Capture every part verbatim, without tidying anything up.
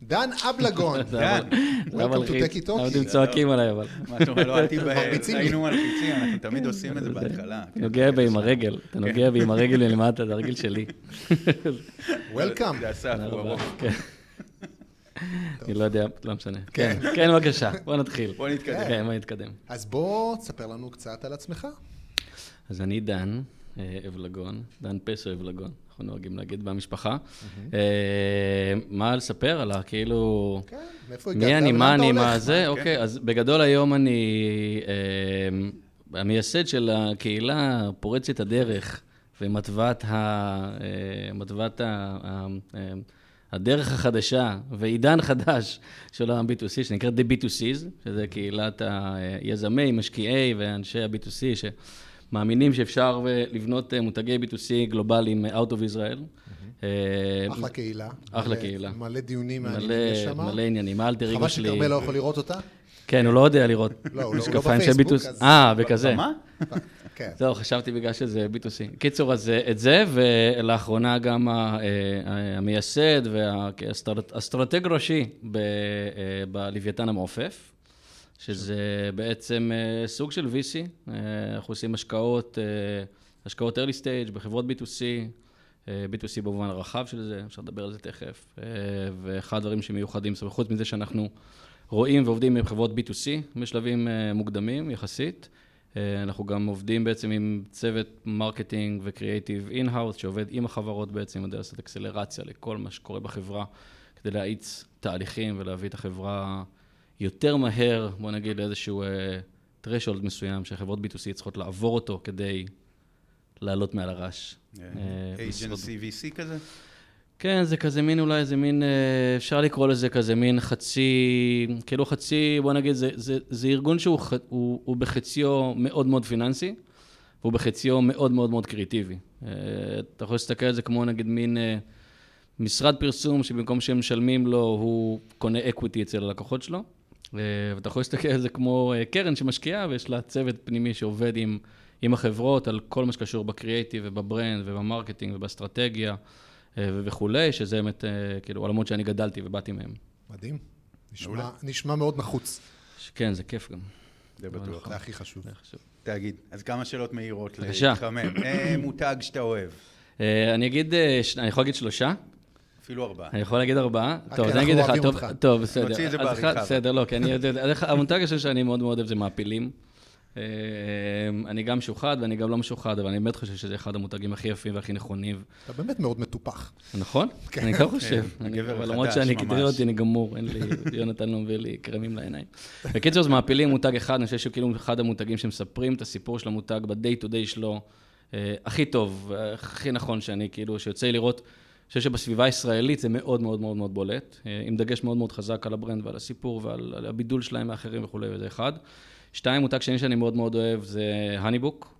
דן אבלגון. דן. Welcome to Techie Talkie. אתם צועקים עליי, אבל. מה שאתה אומר, לא היינו מלחיצים, אנחנו תמיד עושים את זה בהתחלה. אתה נוגע בי עם הרגל, אתה נוגע בי עם הרגל למטה, זה הרגל שלי. Welcome. זה אסף, הוא ארוך. אני לא יודע, לא משנה. כן, כן, בבקשה, בוא נתחיל. בוא נתקדם. כן, בוא נתקדם. אז בוא תספר לנו קצת על עצמך. אז אני דן אבלגון, דן פסו אבלגון, אנחנו נוהגים להגיד במשפחה. מה לספר עליו, כאילו... כן, מאיפה הגעת? מי אני, מה אני, מה זה? זה? אוקיי, אז בגדול היום אני המייסד של הקהילה פורצת הדרך ומטבעת הדרך החדשה ועידן חדש של ה-בי טו סי, שנקרא The בי טו סיז, שזה קהילת היזמי, משקיעי ואנשי ה-בי טו סי, שמאמינים שאפשר לבנות מותגי בי טו סי גלובליים out of Israel. אחלה קהילה. אחלה קהילה. מלא דיונים מעניינים שם. מלא עניינים. מה אלטר אגו שלי? חבל שכרמל לא יכול לראות אותה? כן, הוא לא יודע לראות. לא, הוא לא בפייסבוק. אה, בכזה. מה? כן. זהו, חשבתי בגלל שזה בי טו סי. קיצור, אז את זה, ולאחרונה גם המייסד והאסטרטג ראשי בלוויתן המעופף, שזה בעצם סוג של וי סי. אנחנו עושים השקעות, השקעות early stage בחברות בי טו סי, בי טו סי במובן הרחב של זה, אפשר לדבר על זה תכף. ואחד הדברים שמיוחדים, חוץ מזה שאנחנו רואים ועובדים עם חברות בי טו סי בשלבים מוקדמים יחסית, אנחנו גם עובדים בעצם עם צוות מרקטינג וקריאייטיב אין-האוס, שעובד עם החברות בעצם, כדי לעשות אקסלרציה לכל מה שקורה בחברה, כדי להאיץ תהליכים ולהביא את החברה יותר מהר, בוא נגיד לאיזשהו threshold מסוים, שהחברות בי טו סי צריכות לעבור אותו כדי לעלות מעל הרעש. אייג'נסי וי סי כזה? כן, זה כזה מין, אולי זה מין, אפשר לקרוא לזה כזה מין חצי, כאילו חצי, בוא נגיד, זה, זה, זה ארגון שהוא הוא, הוא בחציו מאוד מאוד פיננסי, והוא בחציו מאוד מאוד מאוד קריאטיבי. אתה יכול להסתכל על זה כמו נגיד מין משרד פרסום, שבמקום שהם משלמים לו, הוא קונה אקוויטי אצל הלקוחות שלו, ואתה יכול להסתכל על זה כמו קרן שמשקיעה, ויש לה צוות פנימי שעובד עם, עם החברות, על כל מה שקשור בקריאטיב ובברנד ובמרקטינג ובאסטרטגיה, וכולי, שזה באמת, כאילו, עולמות שאני גדלתי ובאתי מהם. מדהים. נשמע, נשמע מאוד נחוץ. כן, זה כיף גם. זה בטוח. זה הכי חשוב. תגיד, אז כמה שאלות מהירות בבקשה. להתחמם. מותג שאתה אוהב. אני אגיד, אני יכול להגיד שלושה? אפילו ארבעה. אני יכול להגיד ארבעה? טוב, אז אני אגיד לך, טוב, טוב, בסדר. נוציא את זה בעריכה. בסדר, לא, כי אני יודע, המותג השני שאני מאוד מאוד אוהב זה מעפילים. אני גם שוחד ואני גם לא משוחד, אבל אני באמת חושב שזה אחד המותגים הכי יפים והכי נכונים. אתה באמת מאוד מטופח. נכון? אני גם חושב. הגבר החדש, למרות שאני כתראה אותי, אני גמור, אין לי, יונתן לא מביא לי קרמים לעיניים. בקיצור, זה מעפילים מותג אחד, אני חושב שהוא כאילו אחד המותגים שמספרים את הסיפור של המותג ב-day to day שלו, הכי טוב, הכי נכון שאני כאילו, שיוצא לי לראות, אני חושב שבסביבה הישראלית זה מאוד מאוד מאוד מאוד בולט, עם דגש מאוד מאוד חזק על הברנד ועל הסיפור ועל הבידול שלהם מאחרים וכו', וזה אחד. שתיים, מותג שני שאני מאוד מאוד אוהב זה הניבוק,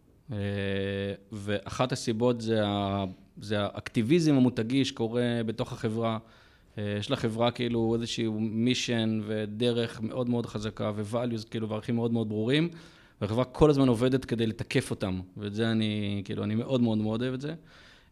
ואחת הסיבות זה, ה, זה האקטיביזם המותגי שקורה בתוך החברה. יש לחברה כאילו איזשהו מישן ודרך מאוד מאוד חזקה ו-values כאילו וערכים מאוד מאוד ברורים, והחברה כל הזמן עובדת כדי לתקף אותם, ואת זה אני, כאילו, אני מאוד מאוד מאוד אוהב את זה.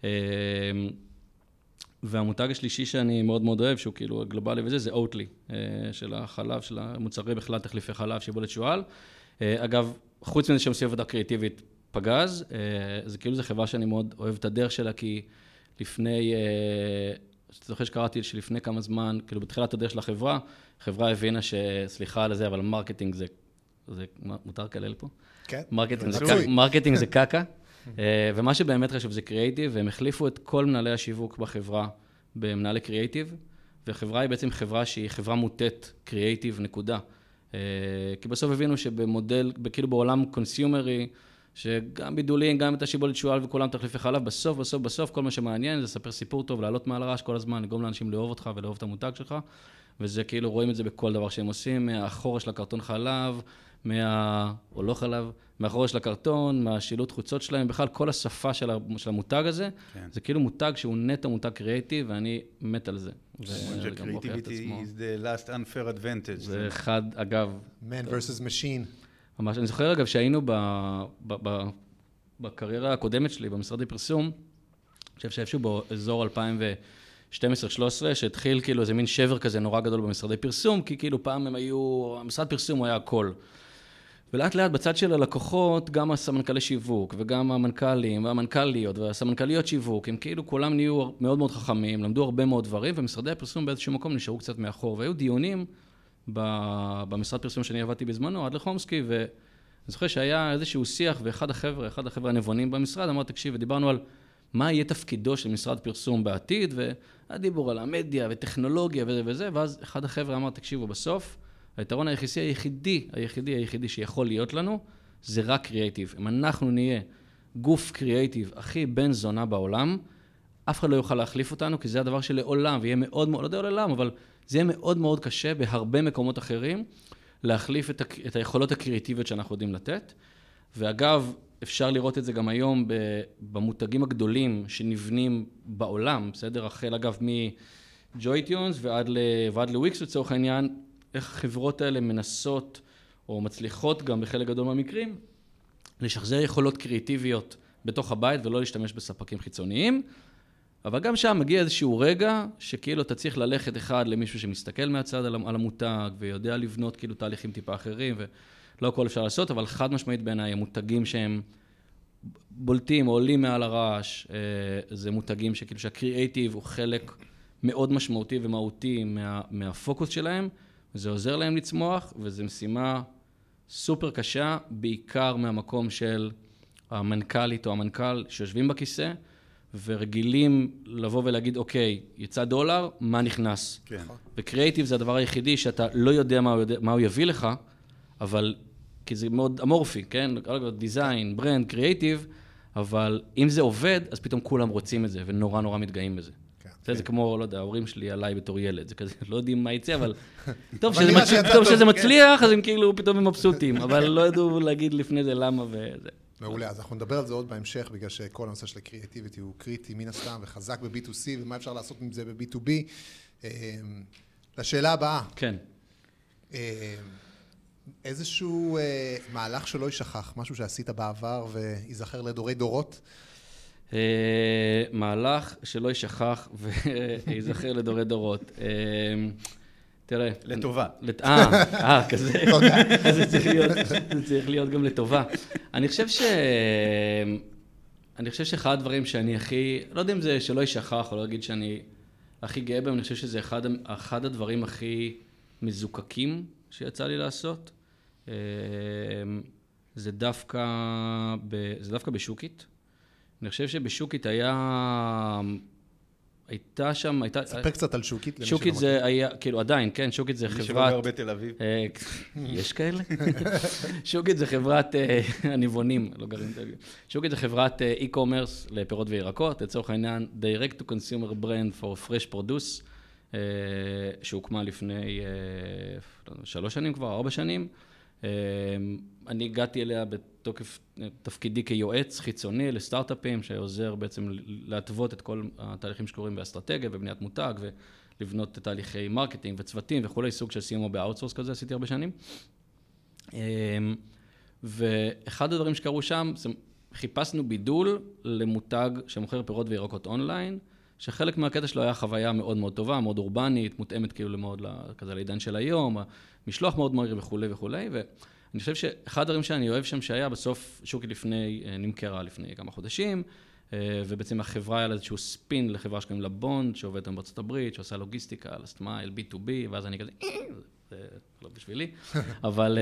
והמותג השלישי שאני מאוד מאוד אוהב, שהוא כאילו גלובלי וזה, זה אוטלי, של החלב, של המוצרי בכלל, תחליפי חלב, שיבולת שועל. אגב, חוץ מזה שהם עושים עבודה קריאטיבית פגז, זה כאילו זו חברה שאני מאוד אוהב את הדרך שלה, כי לפני, אתה זוכר שקראתי שלפני כמה זמן, כאילו בתחילת הדרך של החברה, החברה הבינה שסליחה על זה, אבל מרקטינג זה, זה מותר כלל פה? כן. מרקטינג זה קקה. ומה שבאמת חשוב זה קריאייטיב, והם החליפו את כל מנהלי השיווק בחברה במנהלי קריאייטיב, וחברה היא בעצם חברה שהיא חברה מוטית קריאייטיב נקודה. כי בסוף הבינו שבמודל, כאילו בעולם קונסיומרי, שגם בידולים, גם את השיבולת שועל וכולם תחליפי חלב, בסוף, בסוף, בסוף, כל מה שמעניין זה לספר סיפור טוב, לעלות מעל הרעש כל הזמן, לגרום לאנשים לאהוב אותך ולאהוב את המותג שלך, וזה כאילו רואים את זה בכל דבר שהם עושים, מהאחורה של הקרטון חלב, מה... או לא חלב, מאחורי של הקרטון, מהשילוט חוצות שלהם, בכלל כל השפה של המותג הזה, כן. זה כאילו מותג שהוא נטו מותג קריאייטיב, ואני מת על זה. Creativity is the last unfair advantage. זה אחד, אגב... Man versus machine. ממש, אני זוכר אגב שהיינו ב, ב, ב, בקריירה הקודמת שלי, במשרדי פרסום, אני חושב שאיפשהו באזור אלפיים שתים עשרה שלוש עשרה, שהתחיל כאילו איזה מין שבר כזה נורא גדול במשרדי פרסום, כי כאילו פעם הם היו, המשרד פרסום הוא היה הכל. ולאט לאט בצד של הלקוחות, גם הסמנכ"לי שיווק, וגם המנכ"לים, והמנכ"ליות, והסמנכ"ליות שיווק, הם כאילו כולם נהיו מאוד מאוד חכמים, למדו הרבה מאוד דברים, ומשרדי הפרסום באיזשהו מקום נשארו קצת מאחור. והיו דיונים במשרד פרסום שאני עבדתי בזמנו, עד לחומסקי, ואני זוכר שהיה איזשהו שיח, ואחד החבר'ה, אחד החבר'ה הנבונים במשרד, אמר, תקשיב, ודיברנו על מה יהיה תפקידו של משרד פרסום בעתיד, והדיבור על המדיה וטכנולוגיה וזה וזה, ואז אחד החבר'ה אמר, תקשיבו, בסוף, היתרון היחידי, היחידי, היחידי, היחידי שיכול להיות לנו, זה רק קריאייטיב. אם אנחנו נהיה גוף קריאייטיב הכי בן זונה בעולם, אף אחד לא יוכל להחליף אותנו, כי זה הדבר שלעולם, ויהיה מאוד מאוד, לא יודע לעולם, אבל זה יהיה מאוד מאוד קשה בהרבה מקומות אחרים, להחליף את, ה, את היכולות הקריאייטיביות שאנחנו יודעים לתת. ואגב, אפשר לראות את זה גם היום במותגים הגדולים שנבנים בעולם, בסדר? החל אגב מג'וי-טיונס ועד, ל, ועד לוויקס לצורך העניין, איך החברות האלה מנסות או מצליחות גם בחלק גדול מהמקרים, לשחזר יכולות קריאטיביות בתוך הבית ולא להשתמש בספקים חיצוניים, אבל גם שם מגיע איזשהו רגע שכאילו אתה צריך ללכת אחד למישהו שמסתכל מהצד על המותג ויודע לבנות כאילו תהליכים טיפה אחרים ולא הכל אפשר לעשות, אבל חד משמעית בעיניי המותגים שהם בולטים או עולים מעל הרעש, זה מותגים שכאילו שהקריאטיב הוא חלק מאוד משמעותי ומהותי מה, מהפוקוס שלהם, זה עוזר להם לצמוח, וזו משימה סופר קשה, בעיקר מהמקום של המנכ"לית או המנכ"ל שיושבים בכיסא, ורגילים לבוא ולהגיד, אוקיי, יצא דולר, מה נכנס? כן. וקריאייטיב זה הדבר היחידי שאתה לא יודע מה הוא, יודע, מה הוא יביא לך, אבל, כי זה מאוד אמורפי, כן? דיזיין, ברנד, קריאייטיב, אבל אם זה עובד, אז פתאום כולם רוצים את זה, ונורא נורא מתגאים בזה. זה, זה כמו, לא יודע, ההורים שלי עליי בתור ילד, זה כזה, לא יודעים מה יצא, אבל טוב שזה, מצ... טוב שזה מצליח, אז הם כאילו פתאום הם מבסוטים, אבל לא ידעו להגיד לפני זה למה וזה. מעולה, אז אנחנו נדבר על זה עוד בהמשך, בגלל שכל הנושא של הקריאטיביטי הוא קריטי מן הסתם וחזק ב-בי טו סי, ומה אפשר לעשות עם זה ב-בי טו בי. לשאלה הבאה. כן. איזשהו מהלך שלא יישכח, משהו שעשית בעבר ויזכר לדורי דורות? מהלך שלא יישכח ויזכר לדורי דורות. תראה. לטובה. אה, אה, כזה. זה צריך להיות גם לטובה. אני חושב ש... אני חושב שאחד הדברים שאני הכי... לא יודע אם זה שלא יישכח, או לא אגיד שאני הכי גאה בהם, אני חושב שזה אחד, אחד הדברים הכי מזוקקים שיצא לי לעשות. זה דווקא, ב, זה דווקא בשוקית. אני חושב שבשוקית היה... הייתה שם, הייתה... ספר קצת על שוקית. שוקית זה היה, כאילו עדיין, כן, שוקית זה חברת... מי שלא גר בתל אביב. יש כאלה? שוקית זה חברת הניבונים, לא גרים בתל אביב. שוקית זה חברת e-commerce לפירות וירקות, לצורך העניין, direct to consumer brand for fresh produce, שהוקמה לפני שלוש שנים כבר, ארבע שנים. אני הגעתי אליה בתוקף תפקידי כיועץ חיצוני לסטארט-אפים, שעוזר בעצם להתוות את כל התהליכים שקורים באסטרטגיה ובניית מותג, ולבנות תהליכי מרקטינג וצוותים וכולי, סוג של סיימו באוטסורס כזה, עשיתי הרבה שנים. ואחד הדברים שקרו שם, חיפשנו בידול למותג שמוכר פירות וירקות אונליין, שחלק מהקטע שלו היה חוויה מאוד מאוד טובה, מאוד אורבנית, מותאמת כאילו למאוד כזה לעידן של היום, משלוח מאוד מהיר וכולי וכולי, ואני חושב שאחד הדברים שאני אוהב שם שהיה, בסוף שוקי לפני, נמכרה לפני כמה חודשים, ובעצם החברה היה איזשהו ספין לחברה שקוראים לה בונד, שעובדת בארצות הברית, שעושה לוגיסטיקה, last mile, בי טו בי, ואז אני כזה, זה לא בשבילי, אבל,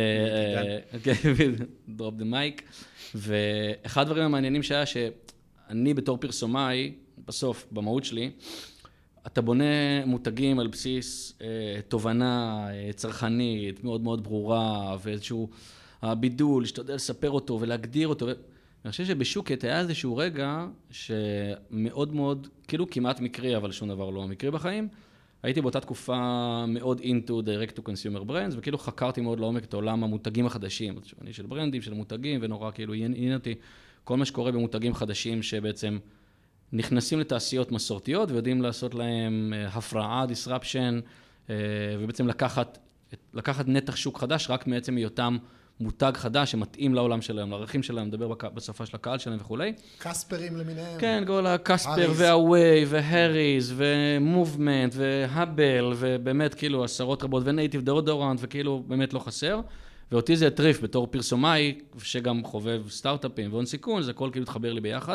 drop the mic, ואחד הדברים המעניינים שהיה שאני בתור פרסומאי, בסוף, במהות שלי, אתה בונה מותגים על בסיס אה, תובנה אה, צרכנית, מאוד מאוד ברורה, ואיזשהו הבידול, שאתה יודע לספר אותו ולהגדיר אותו. ואני חושב שבשוקת היה איזשהו רגע שמאוד מאוד, כאילו כמעט מקרי, אבל שום דבר לא מקרי בחיים. הייתי באותה תקופה מאוד into direct to consumer brands, וכאילו חקרתי מאוד לעומק את עולם המותגים החדשים. אני של ברנדים, של מותגים, ונורא כאילו עניין אותי כל מה שקורה במותגים חדשים שבעצם נכנסים לתעשיות מסורתיות ויודעים לעשות להם הפרעה, disruption, ובעצם לקחת, לקחת נתח שוק חדש רק מעצם היותם מותג חדש שמתאים לעולם שלהם, לערכים שלהם, מדבר בשפה של הקהל שלהם וכו'. קספרים למיניהם. כן, כל הקספר והווי והריז ומובמנט והאבל ובאמת כאילו עשרות רבות ונייטיב דאודורנט וכאילו באמת לא חסר. ואותי זה הטריף בתור פרסומאי שגם חובב סטארט-אפים והון סיכון, זה הכל כאילו התחבר לי ביחד.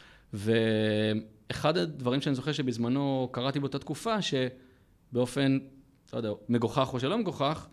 ואחד הדברים שאני זוכר שבזמנו קראתי באותה תקופה שבאופן, לא יודע, מגוחך או שלא מגוחך,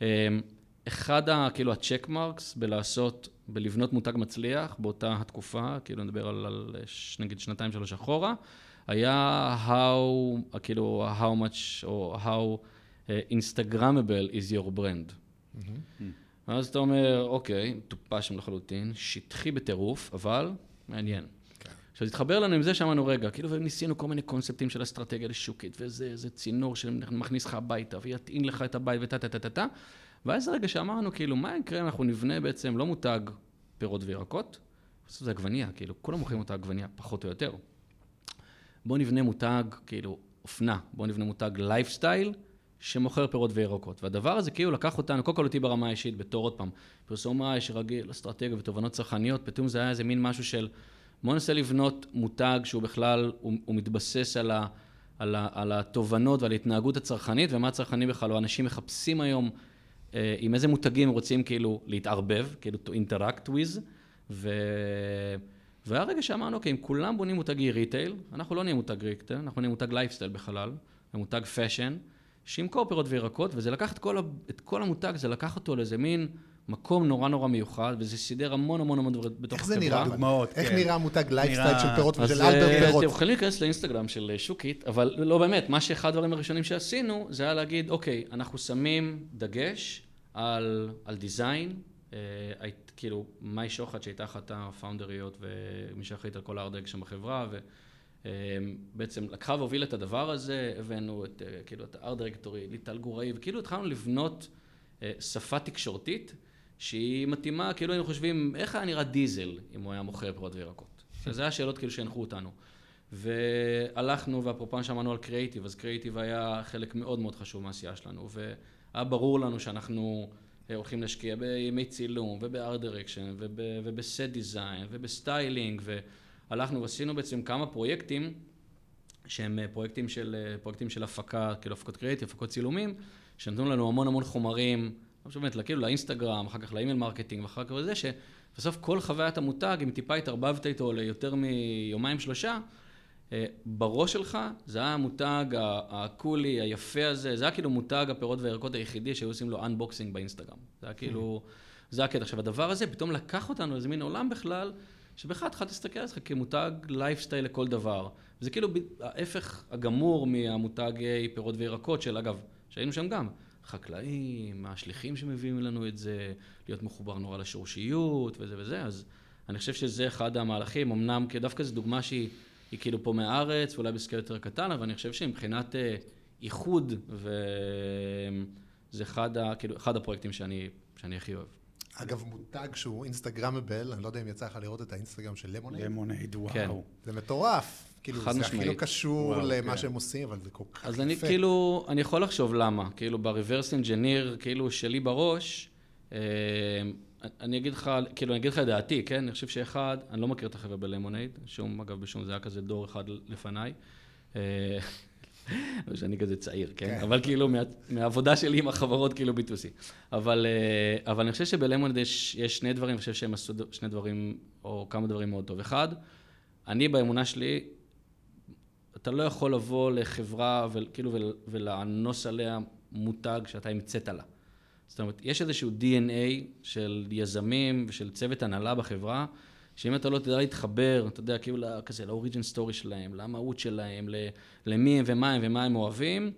אחד ה, כאילו, הצ'ק מרקס בלעשות, בלבנות מותג מצליח באותה התקופה, כאילו נדבר על, על נגיד שנתיים שלוש אחורה, היה how, כאילו, how much, או how uh, Instagrammable is your brand. Mm-hmm. ואז אתה אומר, אוקיי, טופש לחלוטין, שטחי בטירוף, אבל מעניין. Okay. עכשיו, תתחבר לנו עם זה שאמרנו רגע, כאילו, וניסינו כל מיני קונספטים של אסטרטגיה לשוקית, וזה, זה צינור שמכניס לך הביתה, ויתאים לך את הבית, וטה-טה-טה-טה. ואז הרגע שאמרנו, כאילו, מה יקרה אם אנחנו נבנה בעצם לא מותג פירות וירקות, זה עגבניה, כאילו, כולם מוכרים אותה עגבניה, פחות או יותר. בואו נבנה מותג, כאילו, אופנה, בואו נבנה מותג לייפסטייל, שמוכר פירות וירקות. והדבר הזה, כאילו, לקח אותנו, כל כל אותי ברמה האישית, בתור עוד פעם, פרסומאי שרגיל, אסטרטגיה ותובנות צרכניות, פתאום זה היה איזה מין משהו של, בואו ננסה לבנות מותג שהוא בכלל, הוא, הוא מתבסס על ה, על ה, על התובנות ועל ההתנהגות הצרכנית, ומה הצרכנים בכלל, או אנשים מחפשים היום, עם איזה מותגים רוצים כאילו להתערבב, כאילו to interact with, ו... והרגע שאמרנו, אוקיי, אם כולם בונים מותגי ריטייל, אנחנו לא נהיה מותג ריטייל, אנחנו נהיה מותג לייפסטייל בחלל, מותג פאשן, שימכור פירות וירקות, וזה לקח את כל, ה... את כל המותג, זה לקח אותו לאיזה מין מקום נורא נורא מיוחד, וזה סידר המון המון המון דברים בתוך החברה. איך זה נראה? דוגמאות, איך כן. נראה מותג לייפסטייל נראה... של פירות ושל אז אלבר פירות? אתם יכולים להיכנס לאינסטגרם של שוקית, אבל לא באמת, מה שאחד הדברים הראשונים שעשינו, זה היה להגיד, אוקיי, אנחנו שמים דגש על, על דיזיין, אה, היית, כאילו, מאי שוחט שהייתה אחת הפאונדריות ומי שאחראית על כל הארדרג שם בחברה, ובעצם לקחה והובילה את הדבר הזה, הבאנו את, כאילו, את הארדרקטורי, ליטל גוראי, וכאילו התחלנו לבנות אה, שפה תקשורתית, שהיא מתאימה, כאילו היינו חושבים, איך היה נראה דיזל אם הוא היה מוכר פירות וירקות? זה היה שאלות כאילו שהנחו אותנו. והלכנו, ואפרופו שמענו על קריאיטיב, אז קריאיטיב היה חלק מאוד מאוד חשוב מהעשייה שלנו, והיה ברור לנו שאנחנו הולכים להשקיע בימי צילום, ובארט דירקשן, ובסט דיזיין, ובסטיילינג, והלכנו ועשינו בעצם כמה פרויקטים, שהם פרויקטים של, פרויקטים של הפקה, כאילו הפקות קריאיטיב, הפקות צילומים, שנתנו לנו המון המון חומרים, באמת, כאילו לאינסטגרם, אחר כך לאימייל מרקטינג, ואחר כך לזה, שבסוף כל חוויית המותג, אם טיפה התערבבת איתו ליותר מיומיים שלושה, בראש שלך, זה היה המותג הקולי, היפה הזה, זה היה כאילו מותג הפירות והירקות היחידי שהיו עושים לו אנבוקסינג באינסטגרם. זה היה כאילו, זה היה קטע. עכשיו, הדבר הזה פתאום לקח אותנו איזה מין עולם בכלל, שבכלל התחלת להסתכל על זה כמותג לייפסטייל לכל דבר. וזה כאילו ההפך הגמור מהמותגי פירות וירקות של, אגב, שהיינו שם גם, חקלאים, השליחים שמביאים לנו את זה, להיות מחובר נורא לשורשיות וזה וזה, אז אני חושב שזה אחד המהלכים, אמנם דווקא זו דוגמה שהיא היא כאילו פה מהארץ, ואולי בסקייל יותר קטן, אבל אני חושב שמבחינת אה, איחוד, וזה אחד, ה, כאילו, אחד הפרויקטים שאני, שאני הכי אוהב. אגב, מותג שהוא אינסטגרמבל, אני לא יודע אם יצא לך לראות את האינסטגרם של למונייד. למונייד, וואו. כן. זה מטורף. כאילו, חד זה משמעית. הכי לא קשור וואו, למה כן. שהם עושים, אבל זה כל כך יפה. אז אני כאילו, אני יכול לחשוב למה, כאילו בריברס אנג'יניר, כאילו שלי בראש, אה, אני אגיד לך, כאילו אני אגיד לך את דעתי, כן? אני חושב שאחד, אני לא מכיר את החברה בלמונייד, שום, אגב, בשום, זה היה כזה דור אחד לפניי. שאני כזה צעיר, כן? אבל כאילו מהעבודה שלי עם החברות כאילו בי טו סי. אבל אני חושב שבלמונייד יש שני דברים, אני חושב שהם עשו שני דברים, או כמה דברים מאוד טוב. אחד, אני באמונה שלי, אתה לא יכול לבוא לחברה וכאילו ולאנוס עליה מותג שאתה המצאת לה. זאת אומרת, יש איזשהו די אן איי של יזמים ושל צוות הנהלה בחברה, שאם אתה לא תדע להתחבר, אתה יודע, כאילו כזה, לאוריג'ין סטורי שלהם, למהות שלהם, למי הם ומה הם ומה הם אוהבים,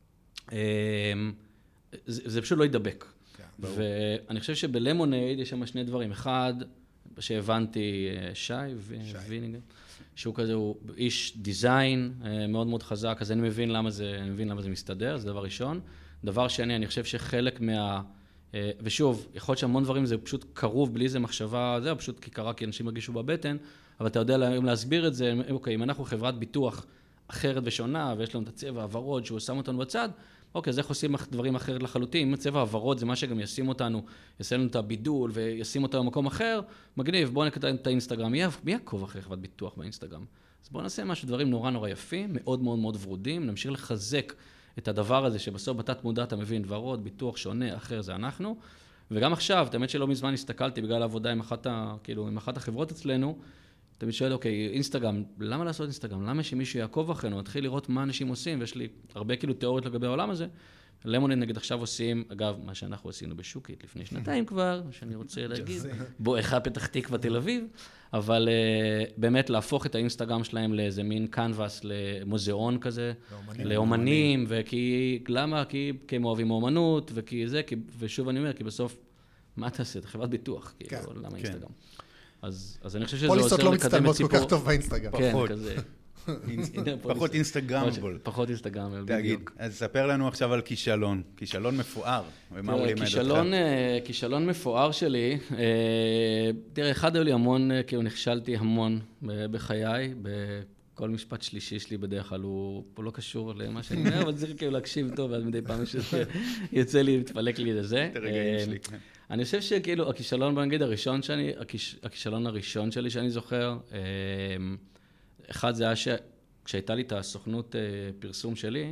זה פשוט לא ידבק. ואני חושב שבלמונייד יש שם שני דברים. אחד, שהבנתי, שי וינינגר, שהוא כזה, הוא איש דיזיין מאוד מאוד חזק, אז אני מבין למה זה, אני מבין למה זה מסתדר, זה דבר ראשון. דבר שני, אני חושב שחלק מה... ושוב, יכול להיות שהמון דברים זה פשוט קרוב, בלי איזה מחשבה, זה פשוט כי קרה, כי אנשים הרגישו בבטן, אבל אתה יודע אם להסביר את זה, אוקיי, אם אנחנו חברת ביטוח, אחרת ושונה, ויש לנו את הצבע הוורוד שהוא שם אותנו בצד, אוקיי, אז איך עושים דברים אחרת לחלוטין? אם הצבע הוורוד זה מה שגם ישים אותנו, יעשה לנו את הבידול וישים אותנו במקום אחר, מגניב, בואו נקטע את האינסטגרם. מי, מי יעקוב אחרי חברת ביטוח באינסטגרם? אז בואו נעשה משהו, דברים נורא נורא יפים, מאוד מאוד מאוד ורודים, נמשיך לחזק את הדבר הזה שבסוף בתת מודע אתה מבין, ורוד, ביטוח שונה, אחר זה אנחנו. וגם עכשיו, האמת שלא מזמן הסתכלתי בגלל העבודה עם אחת, ה, כאילו, עם אחת החברות אצלנו, תמיד שואל, אוקיי, אינסטגרם, למה לעשות אינסטגרם? למה שמישהו יעקוב אחרינו? התחיל לראות מה אנשים עושים, ויש לי הרבה כאילו תיאוריות לגבי העולם הזה. למונייד נגיד עכשיו עושים, אגב, מה שאנחנו עשינו בשוקית לפני שנתיים כבר, שאני רוצה להגיד, בואכה פתח תקווה תל אביב, אבל uh, באמת להפוך את האינסטגרם שלהם לאיזה מין קנבס, למוזיאון כזה, לאומנים, וכי, למה? כי, כי הם אוהבים אומנות, וכי זה, כי, ושוב אני אומר, כי בסוף, מה תעשה? חברת ביטוח, כאילו, למה אינסטגרם? אז, אז אני חושב שזה עוזר לקדם את סיפור... פוליסות לא מצטלמות כל כך טוב באינסטגרם. כן, כזה. פחות אינסטגרמבול. פחות אינסטגרמבול, בדיוק. אז ספר לנו עכשיו על כישלון. כישלון מפואר. ומה הוא לימד אותך? כישלון מפואר שלי. תראה, אחד היו לי המון, כאילו נכשלתי המון בחיי. בכל משפט שלישי שלי בדרך כלל הוא לא קשור למה שאני אומר, אבל צריך כאילו להקשיב טוב, ועד מדי פעם שיוצא לי, מתפלק לי לזה. אני חושב שכאילו הכישלון, בוא נגיד, הראשון שאני, הכישלון הראשון שלי שאני זוכר, אחד זה היה שכשהייתה לי את הסוכנות פרסום שלי,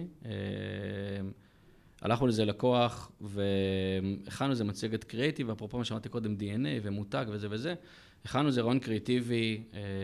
הלכנו לזה לקוח, והכנו איזה מצגת קריאיטיב, אפרופו מה שאמרתי קודם, די אן איי ומותג וזה וזה, הכנו איזה רעיון קריאיטיבי,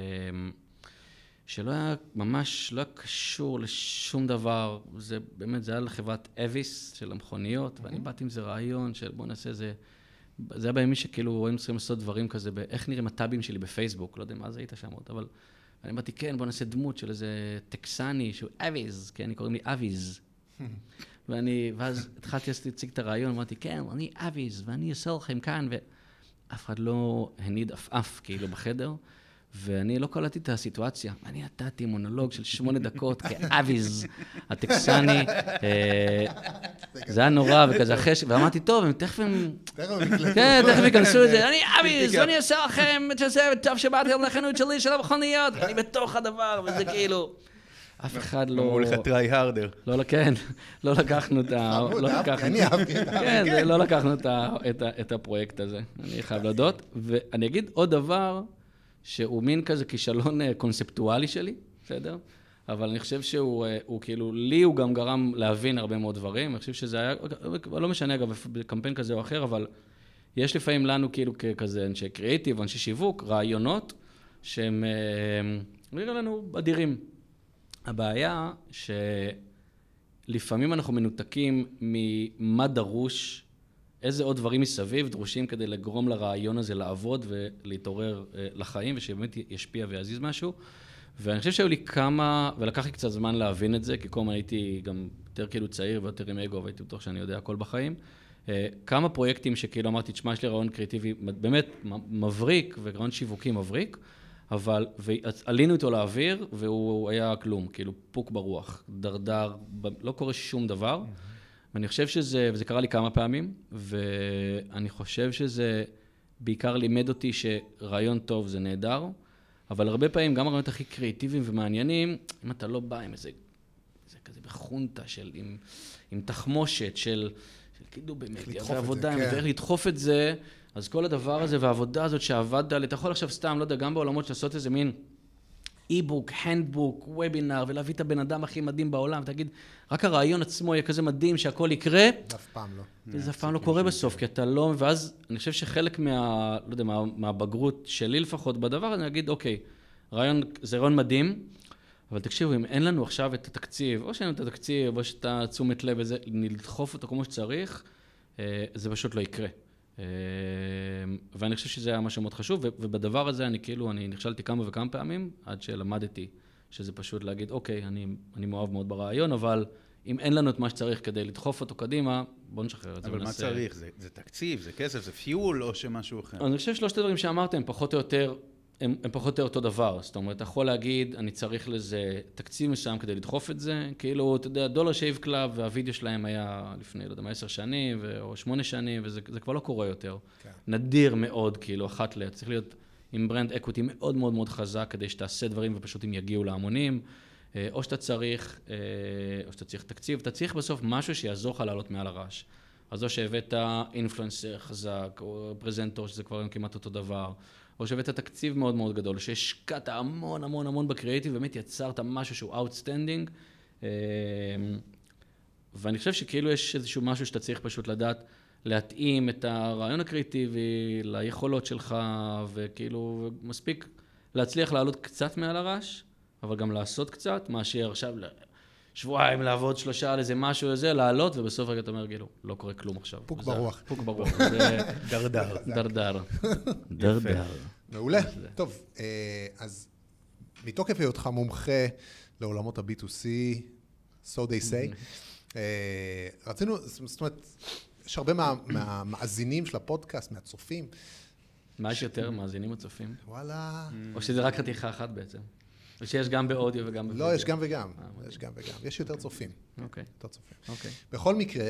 שלא היה ממש, לא היה קשור לשום דבר, זה באמת, זה היה לחברת אביס של המכוניות, ואני באתי עם זה רעיון של בוא נעשה איזה, זה היה בימים שכאילו רואים צריכים לעשות דברים כזה, איך נראים הטאבים שלי בפייסבוק, לא יודע מה זה היית שם עוד, אבל אני באתי, כן, בוא נעשה דמות של איזה טקסני, שהוא אביז, כן, אני קוראים לי אביז. ואני, ואז התחלתי להציג את הרעיון, אמרתי, כן, אני אביז, ואני אעשה לכם כאן, ואף אחד לא הניד אף-אף, כאילו, בחדר, ואני לא קולטתי את הסיטואציה. אני נתתי מונולוג של שמונה דקות כאביז, הטקסני, זה היה נורא, וכזה אחרי ש... ואמרתי, טוב, תכף הם... כן, תכף ייכנסו את זה, אני אביז, ואני אעשה לכם את זה, טוב שבאתי על החנות שלי של המכוניות, אני בתוך הדבר, וזה כאילו... אף אחד לא... אמרו לך טריי הרדר. לא, כן, לא לקחנו את ה... אני אהבתי את ה... כן, לא לקחנו את הפרויקט הזה, אני חייב להודות. ואני אגיד עוד דבר, שהוא מין כזה כישלון קונספטואלי שלי, בסדר? אבל אני חושב שהוא כאילו, לי הוא גם גרם להבין הרבה מאוד דברים. אני חושב שזה היה, לא משנה אגב, בקמפיין כזה או אחר, אבל יש לפעמים לנו כאילו כזה אנשי קריאיטיב, אנשי שיווק, רעיונות שהם נראה לנו אדירים. הבעיה שלפעמים אנחנו מנותקים ממה דרוש, איזה עוד דברים מסביב דרושים כדי לגרום לרעיון הזה לעבוד ולהתעורר לחיים, ושבאמת ישפיע ויזיז משהו. ואני חושב שהיו לי כמה, ולקח לי קצת זמן להבין את זה, כי כל הזמן הייתי גם יותר כאילו צעיר ויותר עם אגו, והייתי בטוח שאני יודע הכל בחיים. כמה פרויקטים שכאילו אמרתי, תשמע, יש לי רעיון קריאטיבי באמת מבריק, ורעיון שיווקי מבריק, אבל עלינו איתו לאוויר, והוא היה כלום, כאילו פוק ברוח, דרדר, לא קורה שום דבר. ואני חושב שזה, וזה קרה לי כמה פעמים, ואני חושב שזה בעיקר לימד אותי שרעיון טוב זה נהדר, אבל הרבה פעמים גם הרעיונות הכי קריאטיביים ומעניינים, אם אתה לא בא עם איזה, זה כזה בחונטה של, עם, עם תחמושת של, של קידום במדיה, ועבודה, כן. ואיך לדחוף את זה, אז כל הדבר הזה והעבודה הזאת שעבדת, אתה יכול עכשיו סתם, לא יודע, גם בעולמות לעשות איזה מין אי-בוק, הנדבוק, וובינר, ולהביא את הבן אדם הכי מדהים בעולם, ותגיד, רק הרעיון עצמו יהיה כזה מדהים שהכל יקרה. זה אף פעם לא. זה אף פעם לא קורה בסוף, כי אתה לא, ואז אני חושב שחלק מה, לא יודע, מה, מהבגרות שלי לפחות בדבר, אני אגיד, אוקיי, רעיון, זה רעיון מדהים, אבל תקשיבו, אם אין לנו עכשיו את התקציב, או שאין לנו את התקציב, או שאתה תשומת לב וזה, לדחוף אותו כמו שצריך, זה פשוט לא יקרה. ואני חושב שזה היה משהו מאוד חשוב, ובדבר הזה אני כאילו, אני נכשלתי כמה וכמה פעמים, עד שלמדתי שזה פשוט להגיד, אוקיי, אני, אני מאוהב מאוד ברעיון, אבל אם אין לנו את מה שצריך כדי לדחוף אותו קדימה, בוא נשחרר את זה. אבל מה צריך? זה, זה תקציב, זה כסף, זה פיול, או שמשהו אחר? אני חושב שלושת הדברים שאמרתם, הם פחות או יותר, הם, הם פחות או יותר אותו דבר. זאת אומרת, אתה יכול להגיד, אני צריך לזה תקציב מסוים כדי לדחוף את זה, כאילו, אתה יודע, דולר שייב קלאב, והווידאו שלהם היה לפני, לא יודע, עשר שנים, או שמונה שנים, וזה זה כבר לא קורה יותר. כן. נדיר מאוד, כאילו, אחת ל... צריך להיות עם ברנד אקוויטי מאוד מאוד מאוד חזק, כדי שתעשה דברים ופשוט הם יגיעו להמונים. או שאתה צריך, או שאתה צריך תקציב, אתה צריך בסוף משהו שיעזור לך לעלות מעל הרעש. אז או שהבאת אינפלואנסר חזק, או פרזנטור, שזה כבר כמעט אותו דבר, או שהבאת תקציב מאוד מאוד גדול, שהשקעת המון המון המון בקריאיטיב, באמת יצרת משהו שהוא אאוטסטנדינג, ואני חושב שכאילו יש איזשהו משהו שאתה צריך פשוט לדעת להתאים את הרעיון הקריאיטיבי ליכולות שלך, וכאילו מספיק להצליח לעלות קצת מעל הרעש, אבל גם לעשות קצת, מאשר עכשיו שבועיים לעבוד שלושה על איזה משהו איזה, לעלות, ובסוף רגע אתה אומר, גילו, לא קורה כלום עכשיו. פוק ברוח. פוק ברוח. דרדר. דרדר. דרדר. מעולה. טוב, אז מתוקף היותך מומחה לעולמות ה-בי טו סי, so they say, רצינו, זאת אומרת, יש הרבה מהמאזינים של הפודקאסט, מהצופים. מה יש יותר, מאזינים או צופים? וואלה. או שזה רק חתיכה אחת בעצם? או שיש גם באודיו וגם בווידאו? לא, יש גם וגם. יש גם וגם. יש יותר צופים. אוקיי. יותר צופים. אוקיי. בכל מקרה,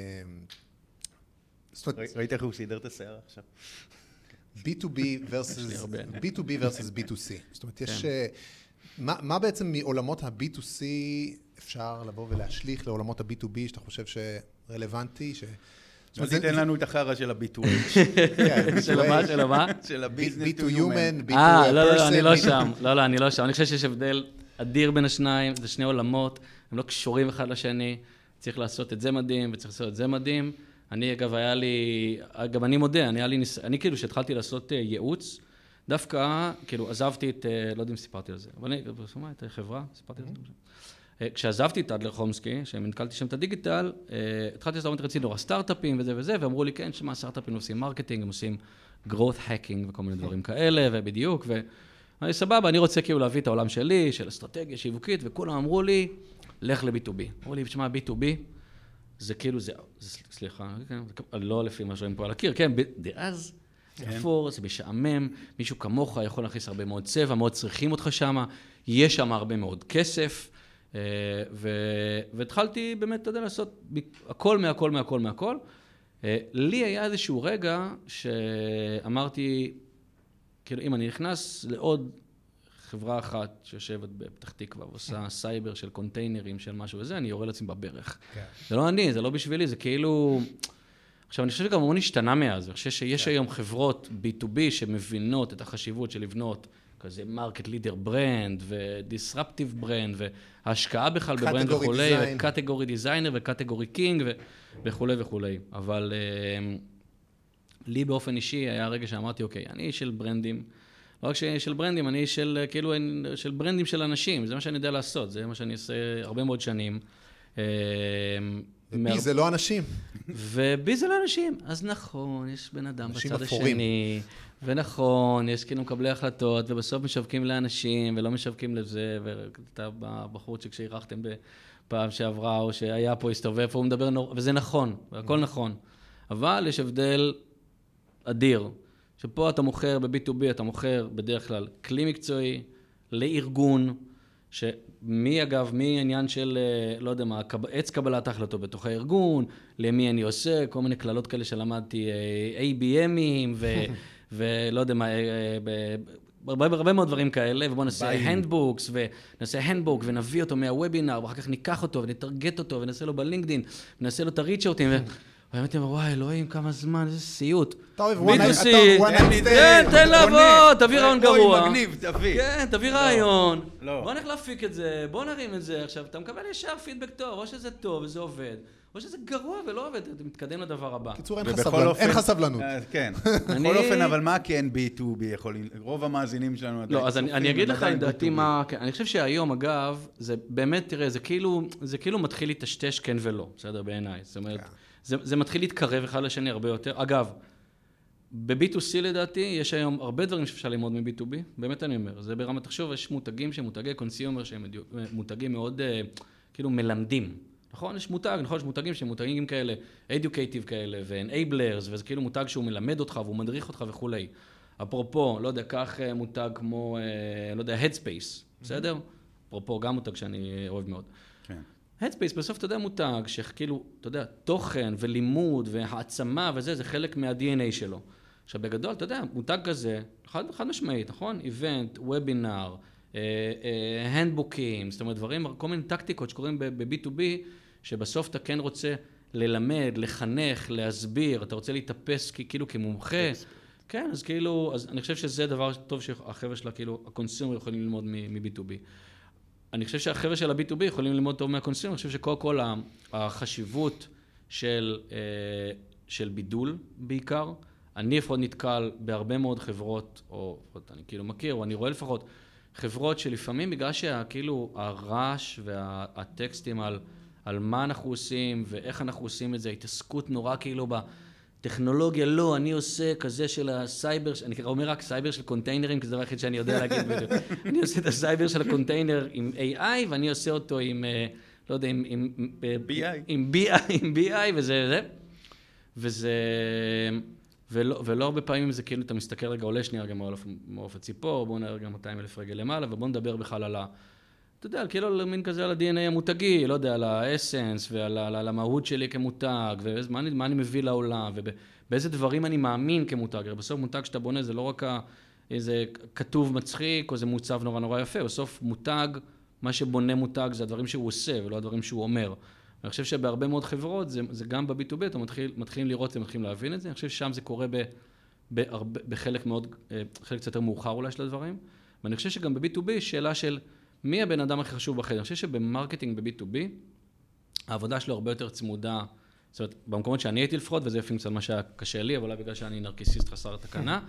ראית איך הוא סידר את השיער עכשיו? בי טו בי versus בי טו בי versus בי טו סי. זאת אומרת, יש... מה בעצם מעולמות ה-בי טו סי אפשר לבוא ולהשליך לעולמות ה-בי טו בי שאתה חושב שרלוונטי? אז תיתן לנו את החרא של ה-בי טו אייץ'. של מה? של מה? של ה-business בי טו to human, בי טו person. אה, לא, לא, אני לא שם. לא, לא, אני לא שם. אני חושב שיש הבדל אדיר בין השניים, זה שני עולמות, הם לא קשורים אחד לשני, צריך לעשות את זה מדהים וצריך לעשות את זה מדהים. אני, אגב, היה לי, אגב, אני מודה, אני, היה לי, אני כאילו, שהתחלתי לעשות ייעוץ, דווקא, כאילו, עזבתי את, לא יודע אם סיפרתי על זה, אבל אני, בסומה, את החברה, סיפרתי על זה. כשעזבתי את אדלר חומסקי, שמנכלתי שם את הדיגיטל, התחלתי לעשות רציתי נורא סטארט-אפים וזה וזה, ואמרו לי, כן, שמה סטארט-אפים עושים מרקטינג, הם עושים growth hacking וכל מיני דברים כאלה, ובדיוק, ואני סבבה, אני רוצה כאילו להביא את העולם שלי, של אסטרטגיה שיווקית, וכולם אמרו לי, לך ל-בי טו בי. אמרו לי, בשמה, בי טו בי, זה כאילו, זה, סליחה, לא לפי מה שרואים פה על הקיר, כן, אז, אפור, זה משעמם, מישהו כמוך יכול להכניס הרבה מאוד צבע, מאוד צריכים אותך שם, יש שם הרבה מאוד כסף, והתחלתי באמת, אתה יודע, לעשות הכל מהכל מהכל מהכל. לי היה איזשהו רגע שאמרתי, כאילו, אם אני נכנס לעוד חברה אחת שיושבת בפתח תקווה ועושה סייבר של קונטיינרים של משהו וזה, אני יורה לעצמי בברך. זה לא אני, זה לא בשבילי, זה כאילו... עכשיו, אני חושב שגם המון השתנה מאז, אני חושב שיש היום חברות בי טו בי שמבינות את החשיבות של לבנות כזה מרקט לידר ברנד ודיסרפטיב ברנד וההשקעה בכלל בברנד וכולי, וקטגורי דיזיינר וקטגורי קינג וכולי וכולי. אבל לי באופן אישי היה רגע שאמרתי, אוקיי, אני איש של ברנדים, לא רק של ברנדים, אני איש של, כאילו, של ברנדים של אנשים, זה מה שאני יודע לעשות, זה מה שאני עושה הרבה מאוד שנים. ובי זה לא אנשים. ובי זה לא אנשים. אז נכון, יש בן אדם בצד השני, ונכון, יש כאילו מקבלי החלטות, ובסוף משווקים לאנשים, ולא משווקים לזה, ואתה בחור שכשהירחתם בפעם שעברה, או שהיה פה, הסתובב, הוא מדבר נורא, וזה נכון, והכל נכון. אבל יש הבדל אדיר, שפה אתה מוכר ב-בי טו בי, אתה מוכר בדרך כלל כלי מקצועי, לארגון, שמי אגב, מי העניין של, לא יודע מה, עץ קבלת ההחלטות בתוך הארגון, למי אני עושה, כל מיני כללות כאלה שלמדתי, איי בי אמ'ים, ולא יודע מה, הרבה מאוד דברים כאלה, ובואו נעשה הנדבוקס, ונעשה הנדבוק, ונביא אותו מהוובינר, ואחר כך ניקח אותו, ונטרגט אותו, ונעשה לו בלינקדין, ונעשה לו את הריצ'אוטים, ואמרתי, וואי, אלוהים, כמה זמן, איזה סיוט. אתה אוהב וואן כן, תן לעבוד, תביא רעיון גרוע. אוי, מגניב, תביא. כן, תביא רעיון. בוא נלך להפיק את זה, בוא נרים את זה. עכשיו, אתה מקבל ישר פידבק טוב, או שזה טוב וזה עובד, או שזה גרוע ולא עובד, אתה מתקדם לדבר הבא. קיצור, אין לך סבלנות. כן. בכל אופן, אבל מה כן בי טו בי יכול, רוב המאזינים שלנו... לא, אז אני אגיד לך, לדעתי מה... אני חושב שהיום, אגב, זה באמת, תראה, זה כאילו מתחיל להתשתש כן ולא, בסדר, בעיניי. זאת אומרת, זה, זה מתחיל להתקרב אחד לשני הרבה יותר. אגב, ב-בי טו סי לדעתי, יש היום הרבה דברים שאפשר ללמוד מ-בי טו בי, באמת אני אומר, זה ברמת תחשוב, יש מותגים שהם מותגי קונסיומר, שהם מותגים מאוד, כאילו, מלמדים. נכון? יש מותג, נכון? יש מותגים שהם מותגים כאלה, educative כאלה, ו-enablers, וזה כאילו מותג שהוא מלמד אותך, והוא מדריך אותך וכולי. אפרופו, לא יודע, כך מותג כמו, לא יודע, Headspace, בסדר? אפרופו, גם מותג שאני אוהב מאוד. כן. Headspace, בסוף אתה יודע מותג שכאילו, אתה יודע, תוכן ולימוד והעצמה וזה, זה חלק מה-די אן איי שלו. עכשיו בגדול, אתה יודע, מותג כזה, חד, חד משמעית, נכון? איבנט, וובינר, הנדבוקים, זאת אומרת, דברים, כל מיני טקטיקות שקורים ב-בי טו בי, שבסוף אתה כן רוצה ללמד, לחנך, להסביר, אתה רוצה להתאפס כאילו כמומחה. כן, אז כאילו, אז אני חושב שזה דבר טוב שהחבר'ה שלה, כאילו, הקונסיומר יכולים ללמוד מ-בי טו בי. אני חושב שהחבר'ה של ה-בי טו בי יכולים ללמוד טוב מהקונסיומר, אני חושב שכל כל החשיבות של, של בידול בעיקר, אני לפחות נתקל בהרבה מאוד חברות, או אני כאילו מכיר, או אני רואה לפחות חברות שלפעמים בגלל שכאילו הרעש והטקסטים על, על מה אנחנו עושים ואיך אנחנו עושים את זה, ההתעסקות נורא כאילו בטכנולוגיה, לא, אני עושה כזה של הסייבר, אני אומר רק סייבר של קונטיינרים, כי זה דבר אחד שאני יודע להגיד בדיוק. אני עושה את הסייבר של הקונטיינר עם איי איי, ואני עושה אותו עם, לא יודע, עם, עם, בי איי. עם בי איי, עם בי איי, וזה, זה. וזה, ולא, ולא הרבה פעמים זה כאילו, אתה מסתכל רגע, עולה שנייה רגע מעוף הציפור, בואו נראה רגע מאתיים אלף רגע למעלה, ובואו נדבר בכלל על ה... אתה יודע, כאילו על מין כזה על ה-די אן איי המותגי, לא יודע, על האסנס ועל על, על המהות שלי כמותג, ומה אני, מה אני מביא לעולם, ובאיזה דברים אני מאמין כמותג. בסוף מותג שאתה בונה זה לא רק איזה כתוב מצחיק, או איזה מוצב נורא נורא יפה, בסוף מותג, מה שבונה מותג זה הדברים שהוא עושה, ולא הדברים שהוא אומר. אני חושב שבהרבה מאוד חברות, זה, זה גם ב-בי טו בי, אתה מתחיל, מתחילים לראות ומתחילים להבין את זה. אני חושב ששם זה קורה ב, בהרבה, בחלק מאוד, חלק קצת יותר מאוחר אולי של הדברים. ואני חושב שגם ב-בי טו בי יש שאלה של מי הבן אדם הכי חשוב בחדר. אני חושב שבמרקטינג ב-בי טו בי, העבודה שלו הרבה יותר צמודה, זאת אומרת, במקומות שאני הייתי לפחות, וזה לפעמים קצת מה שהיה קשה לי, אבל אולי בגלל שאני נרקיסיסט חסר תקנה,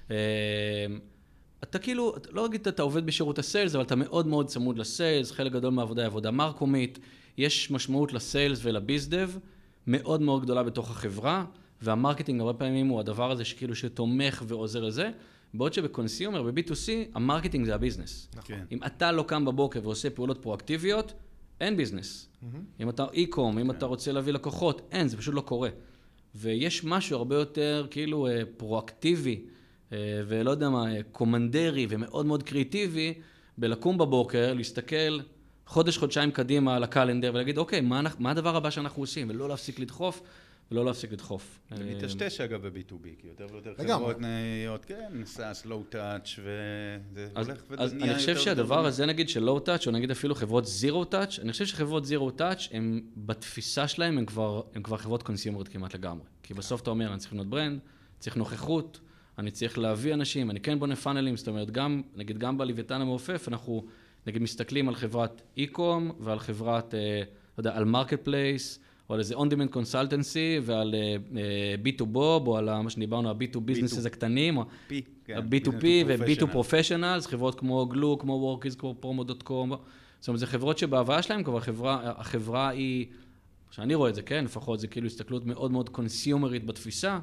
אתה כאילו, לא אגיד אתה עובד בשירות הסיילס, אבל אתה מאוד מאוד צמוד לסיילס, חלק גדול מהעבודה היא עבודה מרקומית, יש משמעות לסיילס ולביזדב, מאוד מאוד גדולה בתוך החברה, והמרקטינג הרבה פעמים הוא הדבר הזה שכאילו שתומך ועוזר לזה, בעוד שבקונסיומר, ב-בי טו סי, המרקטינג זה הביזנס. נכון. אם אתה לא קם בבוקר ועושה פעולות פרואקטיביות, אין ביזנס. אם אתה אי-קום, אם אתה רוצה להביא לקוחות, אין, זה פשוט לא קורה. ויש משהו הרבה יותר כאילו פרואקטיבי, ולא יודע מה, קומנדרי ומאוד מאוד קריאטיבי, בלקום בבוקר, להסתכל חודש, חודשיים קדימה על הקלנדר, ולהגיד, אוקיי, מה, מה הדבר הבא שאנחנו עושים? ולא להפסיק לדחוף, ולא להפסיק לדחוף. זה מתשתש אגב ב-בי טו בי, כי יותר ויותר חברות נהיות, כן, סאס, לואו טאץ' וזה הולך ונהיה יותר... אז אני חושב שהדבר הזה, נגיד של לואו טאץ', או נגיד אפילו חברות זירו טאץ', אני חושב שחברות זירו טאץ', הם בתפיסה שלהם, הם כבר, הם כבר חברות קונסיומרית כמעט לגמרי. כי בסוף אתה אומר, אני צריך לבנות ברנד, צריך נוכחות, אני צריך להביא אנשים, אני כן בונה פאנלים, זאת אומרת, גם, נגיד גם בלוויתן המעופף, אנחנו נגיד מסתכלים על חברת אי-קום ועל חברת, לא יודע, על מרקט פלייס, או על איזה on-demand consultancy, ועל בי טו בוב, או על מה שדיברנו, ה-בי טו businesses הקטנים, או ה-בי טו פי ו-בי טו professionals, חברות כמו גלו, כמו Workies, כמו פרומו דוט קום, זאת אומרת, זה חברות שבהוויה שלהם, כבר החברה, החברה היא, שאני רואה את זה, כן, לפחות זה כאילו הסתכלות מאוד מאוד קונסיומרית בתפיסה,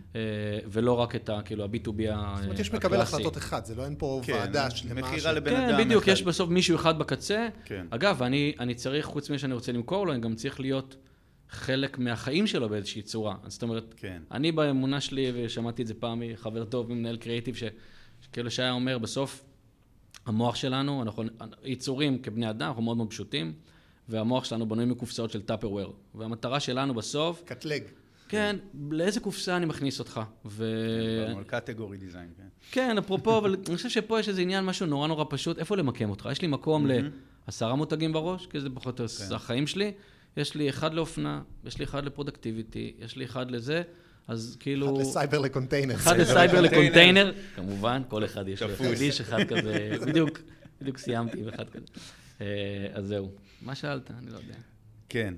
ולא רק את ה-בי טו בי הקלאסי. זאת אומרת, יש מקבל החלטות אחד, זה לא אין פה ועדה שלמה. מחירה לבן אדם אחד. כן, בדיוק, יש בסוף מישהו אחד בקצה. אגב, אני צריך, חוץ ממה שאני רוצה למכור לו, אני גם צריך להיות חלק מהחיים שלו באיזושהי צורה. זאת אומרת, אני באמונה שלי, ושמעתי את זה פעם מחבר טוב, ממנהל קריאיטיב, שכאילו שהיה אומר, בסוף, המוח שלנו, אנחנו יצורים כבני אדם, אנחנו מאוד מאוד פשוטים, והמוח שלנו בנוי מקופסאות של טאפרוויר. והמטרה שלנו בסוף... קטלג. כן, לאיזה קופסה אני מכניס אותך. ו... על קטגורי דיזיין, כן. כן, אפרופו, אבל אני חושב שפה יש איזה עניין, משהו נורא נורא פשוט, איפה למקם אותך? יש לי מקום לעשרה מותגים בראש, כי זה פחות או יותר החיים שלי. יש לי אחד לאופנה, יש לי אחד לפרודקטיביטי, יש לי אחד לזה, אז כאילו... אחד לסייבר לקונטיינר. אחד לסייבר לקונטיינר, כמובן, כל אחד יש לו פודיש, אחד כזה, בדיוק, בדיוק סיימתי עם אחד כזה. אז זהו. מה שאלת? אני לא יודע. כן,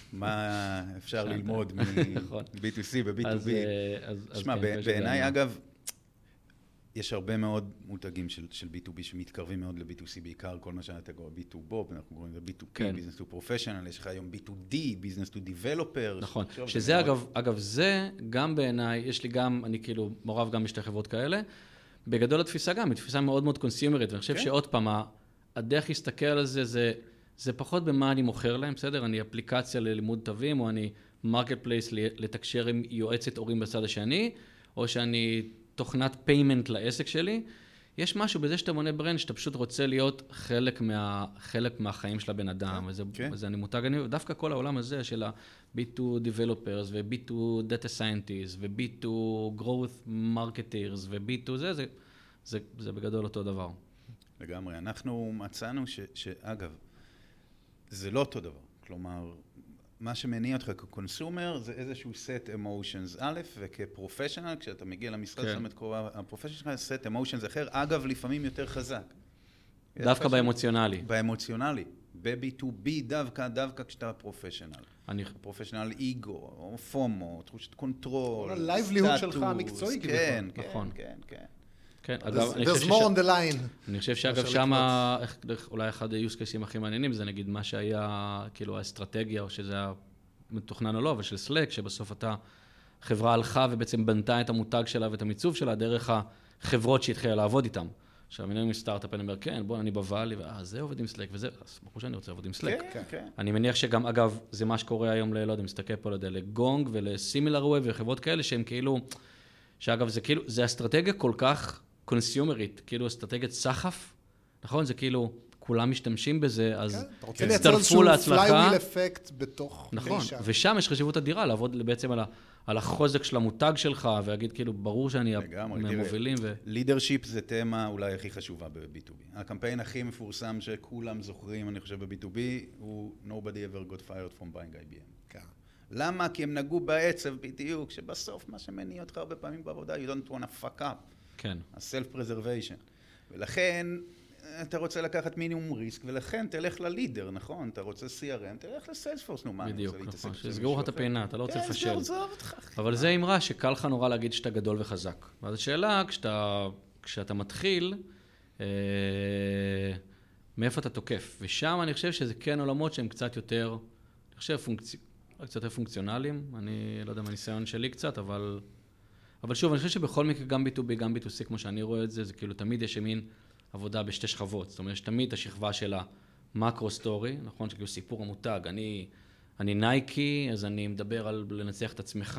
מה אפשר ללמוד מ-בי טו סי ו-בי טו בי. שמע, בעיניי, אגב, יש הרבה מאוד מותגים של בי טו בי שמתקרבים מאוד ל-בי טו סי, בעיקר כל מה שאתה קורא בי טו בוב, אנחנו קוראים לזה בי טו פי, Business to Professional, יש לך היום בי טו די, Business to Developer. נכון, שזה אגב, אגב, זה גם בעיניי, יש לי גם, אני כאילו מעורב גם בשתי חברות כאלה, בגדול התפיסה גם, היא תפיסה מאוד מאוד קונסיומרית, ואני חושב שעוד פעם, הדרך להסתכל על זה, זה, זה פחות במה אני מוכר להם, בסדר? אני אפליקציה ללימוד תווים, או אני מרקט פלייס לתקשר עם יועצת הורים בצד השני, או שאני תוכנת פיימנט לעסק שלי. יש משהו בזה שאתה מונה ברנד, שאתה פשוט רוצה להיות חלק, מה, חלק מהחיים של הבן אדם, וזה, okay. וזה אני מותג, אני, דווקא כל העולם הזה של ה-בי טו Developers, ו-בי טו Data Scientists, ו-בי טו Growth Marketers, ו-בי טו זה, זה, זה, זה בגדול אותו דבר. לגמרי. אנחנו מצאנו ש, שאגב, זה לא אותו דבר. כלומר, מה שמניע אותך כקונסומר זה איזשהו set emotions א', וכפרופשנל, כשאתה מגיע למשרד שלנו את קורא, הפרופשנל שלך זה set emotions אחר, אגב, לפעמים יותר חזק. דווקא באמוציונלי. באמוציונלי. ב-בי טו בי דווקא, דווקא כשאתה פרופשנל. אני פרופשנל איגו, או פומו, תחושת קונטרול, סטטוס. הלייבליהוד שלך המקצועי כביכול. כן, כן, כן, כן. כן, אגב, אני חושב ש... There's more on the line. אני חושב שאגב שמה, אולי אחד ה-use cases הכי מעניינים, זה נגיד מה שהיה, כאילו, האסטרטגיה, או שזה היה מתוכנן או לא, אבל של Slack, שבסוף אתה, חברה הלכה ובעצם בנתה את המותג שלה ואת המיצוב שלה, דרך החברות שהתחילה לעבוד איתם. עכשיו, אני מסטארט-אפ, אני אומר, כן, בוא, אני בוואלי, ואה, זה עובד עם Slack, וזה, אז ברור שאני רוצה לעבוד עם Slack. כן, כן. אני מניח שגם, אגב, זה מה שקורה היום, לא יודע, מסתכל פה, לא יודע, לגונג ולסימילר-ווב וחברות כאלה, שהם כאילו, שאגב, זה כאילו, זה אסטרטגיה כל כך קונסיומרית, כאילו אסטרטגיית סחף, נכון? זה כאילו, כולם משתמשים בזה, אז הצטרפו להצלחה. פלייוויל אפקט בתוך... נכון, ושם יש חשיבות אדירה, לעבוד בעצם על, על החוזק של המותג שלך, ולהגיד כאילו, ברור שאני המובילים. ו... לידרשיפ זה תמה אולי הכי חשובה ב-בי טו בי. הקמפיין הכי מפורסם שכולם זוכרים, אני חושב, ב-בי טו בי, הוא Nobody ever got fired from buying איי בי אם. כן. למה? כי הם נגעו בעצב בדיוק, שבסוף מה שמניע אותך הרבה פעמים בעבודה, you don't want to fuck up. כן. ה-self-preservation. ולכן, אתה רוצה לקחת מינימום ריסק, ולכן תלך ללידר, נכון? אתה רוצה סי אר אם, תלך לסיילספורס, נו מה? בדיוק, נכון. שסגרו לך את הפינה, אתה לא רוצה לפשל. כן, זה עוזב אותך. אבל זה אמרה שקל לך נורא להגיד שאתה גדול וחזק. ואז השאלה, כשאתה, כשאתה מתחיל, אה, מאיפה אתה תוקף? ושם אני חושב שזה כן עולמות שהם קצת יותר, אני חושב, פונקצ... קצת יותר פונקציונליים. אני לא יודע מה הניסיון שלי קצת, אבל... אבל שוב, אני חושב שבכל מקרה, גם בי טו בי, גם בי טו סי, כמו שאני רואה את זה, זה כאילו תמיד יש מין עבודה בשתי שכבות. זאת אומרת, יש תמיד את השכבה של המקרו-סטורי, נכון? שכאילו סיפור המותג. אני, אני נייקי, אז אני מדבר על לנצח את עצמך,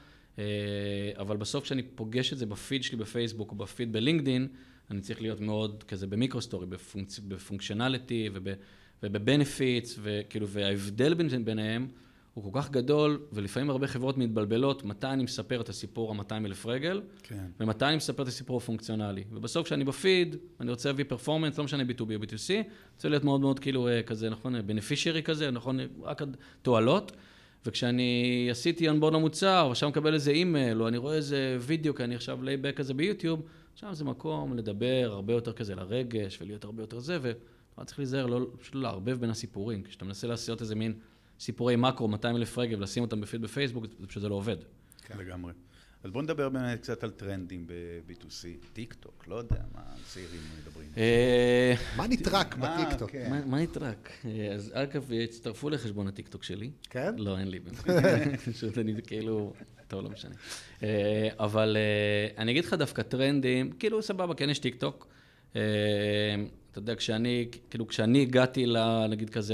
אבל בסוף כשאני פוגש את זה בפיד שלי בפייסבוק או בפיד בלינקדין, אני צריך להיות מאוד כזה במיקרו-סטורי, בפונקצ... בפונקציונליטי ובבנפיטס, וכאילו, וההבדל ביניהם, הוא כל כך גדול, ולפעמים הרבה חברות מתבלבלות, מתי אני מספר את הסיפור ה-מאתיים אלף רגל, כן. ומתי אני מספר את הסיפור הפונקציונלי. ובסוף כשאני בפיד, אני רוצה להביא פרפורמנס, לא משנה בי טו בי או בי טו סי, רוצה להיות מאוד מאוד כאילו כזה, נכון, בנפישרי כזה, נכון, רק תועלות, וכשאני עשיתי אונבורד למוצר, ושם מקבל איזה אימייל, או אני רואה איזה וידאו, כי אני עכשיו לייבק כזה ביוטיוב, שם זה מקום לדבר הרבה יותר כזה לרגש, ולהיות הרבה יותר זה, ואתה צריך להיזהר, לא, פשוט לא לערבב בין הסיפורים, כשאתה מנסה לעשות איזה מין סיפורי מקרו, מאתיים אלף רגל, לשים אותם בפיד בפייסבוק, זה פשוט זה לא עובד. כן, לגמרי. אז בואו נדבר באמת קצת על טרנדים ב-בי טו סי, טיק טוק, לא יודע מה צעירים מדברים. מה נטרק בטיק טוק? מה נטרק? אז אגב, הצטרפו לחשבון הטיק טוק שלי. כן? לא, אין לי. פשוט אני כאילו, טוב, לא משנה. אבל אני אגיד לך דווקא טרנדים, כאילו סבבה, כן יש טיק טוק. אתה יודע, כאילו כשאני הגעתי, נגיד כזה,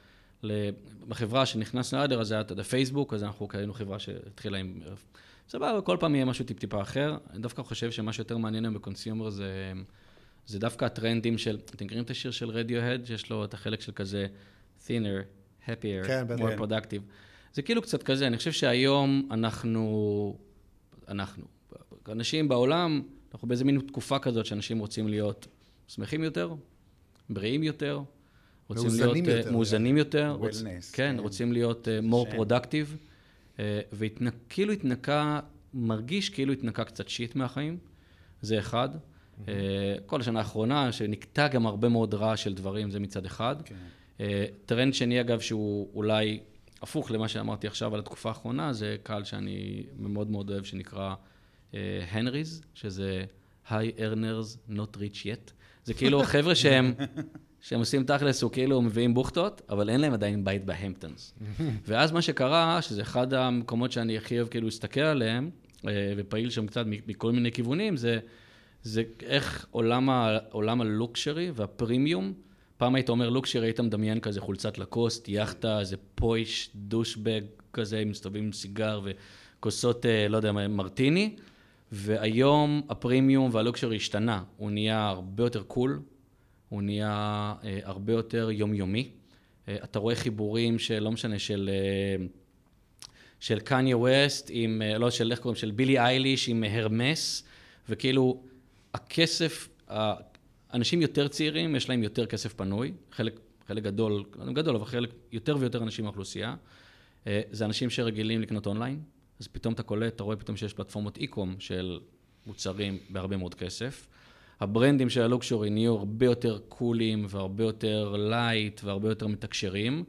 בחברה שנכנסנו עד, אז זה היה פייסבוק, אז אנחנו היינו חברה שהתחילה עם... סבבה, כל פעם יהיה משהו טיפ-טיפה אחר. אני דווקא חושב שמה שיותר מעניין היום בקונסיומר זה, זה דווקא הטרנדים של... אתם מכירים את השיר של רדיוהד, שיש לו את החלק של כזה thinner, happier, כן, more productive. זה כאילו קצת כזה, אני חושב שהיום אנחנו... אנחנו, אנשים בעולם, אנחנו באיזה מין תקופה כזאת שאנשים רוצים להיות שמחים יותר, בריאים יותר, רוצים להיות יותר, מאוזנים יותר, wellness, כן, כן, רוצים להיות more productive, וכאילו התנקה, מרגיש כאילו התנקה קצת שיט מהחיים, זה אחד. כל השנה האחרונה, שנקטע גם הרבה מאוד רע של דברים, זה מצד אחד. טרנד שני, אגב, שהוא אולי הפוך למה שאמרתי עכשיו על התקופה האחרונה, זה קהל שאני מאוד מאוד אוהב, שנקרא הנריז, שזה high earners not rich yet. זה כאילו חבר'ה שהם... שהם עושים תכלס, הוא כאילו מביאים בוכטות, אבל אין להם עדיין בית בהמפטונס. ואז מה שקרה, שזה אחד המקומות שאני הכי אוהב כאילו להסתכל עליהם, ופעיל שם קצת מכל מיני כיוונים, זה, זה איך עולם, ה, עולם הלוקשרי והפרימיום, פעם היית אומר לוקשרי, היית מדמיין כזה חולצת לקוסט, יחטה, איזה פויש, דושבג כזה, עם מסתובבים עם סיגר וכוסות, לא יודע, מרטיני, והיום הפרימיום והלוקשרי השתנה, הוא נהיה הרבה יותר קול, הוא נהיה אה, הרבה יותר יומיומי. אה, אתה רואה חיבורים של, לא משנה, של, אה, של קניה ווסט, עם, אה, לא, של, איך קוראים, של בילי אייליש עם הרמס, וכאילו, הכסף, ה, אנשים יותר צעירים, יש להם יותר כסף פנוי, חלק, חלק גדול, לא גדול, אבל חלק יותר ויותר אנשים מהאוכלוסייה. זה אנשים שרגילים לקנות אונליין, אז פתאום אתה קולט, אתה רואה פתאום שיש פלטפורמות אי-קום של מוצרים בהרבה מאוד כסף. הברנדים של הלוקשורי נהיו הרבה יותר קולים והרבה יותר לייט והרבה יותר מתקשרים,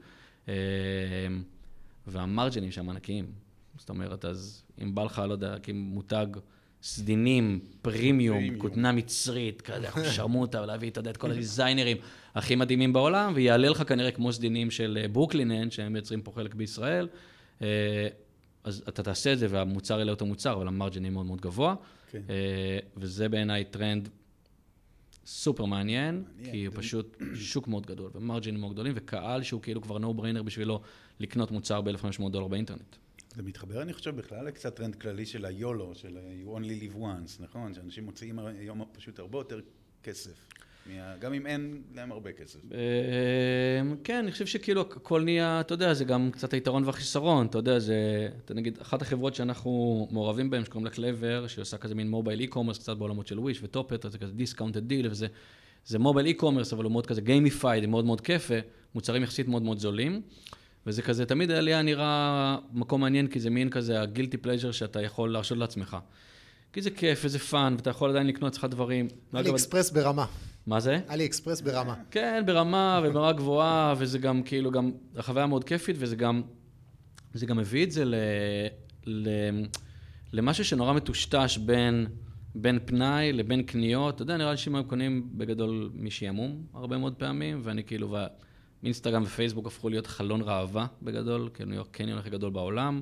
והמרג'נים שם ענקיים. זאת אומרת, אז אם בא לך, לא יודע, כי מותג סדינים, פרימיום, כותנה מצרית, כזה, אנחנו שרמו אותה ולהביא, אתה יודע, את כל הדיזיינרים הכי מדהימים בעולם, ויעלה לך כנראה כמו סדינים של ברוקלינן, שהם מייצרים פה חלק בישראל, אז אתה תעשה את זה, והמוצר יעלה אותו מוצר, אבל המרג'נים מאוד מאוד גבוה, וזה בעיניי טרנד סופר מעניין, כי הוא פשוט שוק מאוד גדול, ומרג'נים מאוד גדולים, וקהל שהוא כאילו כבר no brainer בשבילו לקנות מוצר ב-אלף וחמש מאות דולר באינטרנט. זה מתחבר, אני חושב, בכלל לקצת טרנד כללי של היולו, של you only live once, נכון? שאנשים מוצאים היום פשוט הרבה יותר כסף, גם אם אין להם הרבה כסף. כן, אני חושב שכאילו הכל נהיה, אתה יודע, זה גם קצת היתרון והחיסרון, אתה יודע, זה, אתה נגיד, אחת החברות שאנחנו מעורבים בהן, שקוראים לה קלבר, שהיא עושה כזה מין מובייל אי-קומרס, קצת בעולמות של וויש וטופט, זה כזה דיסקאונטד דיל, וזה, זה מובייל אי-קומרס, אבל הוא מאוד כזה גיימיפייד, מאוד מאוד כיף, מוצרים יחסית מאוד מאוד זולים. וזה כזה, תמיד היה נראה מקום מעניין, כי זה מין כזה הגילטי פלייז'ר שאתה יכול להרשות לעצמך. כי זה כיף וזה פאן, ואתה יכול עדיין לקנות אצלך דברים. אלי אקספרס ברמה. מה זה? אלי אקספרס ברמה. כן, ברמה וברמה גבוהה, וזה גם כאילו, גם החוויה מאוד כיפית, וזה גם, זה גם מביא את זה ל, ל, למשהו שנורא מטושטש בין, בין פנאי לבין קניות. אתה יודע, נראה לי שהם קונים בגדול משעמום הרבה מאוד פעמים, ואני כאילו, אינסטגרם ופייסבוק הפכו להיות חלון ראווה בגדול, כאילו קניון הכי גדול בעולם.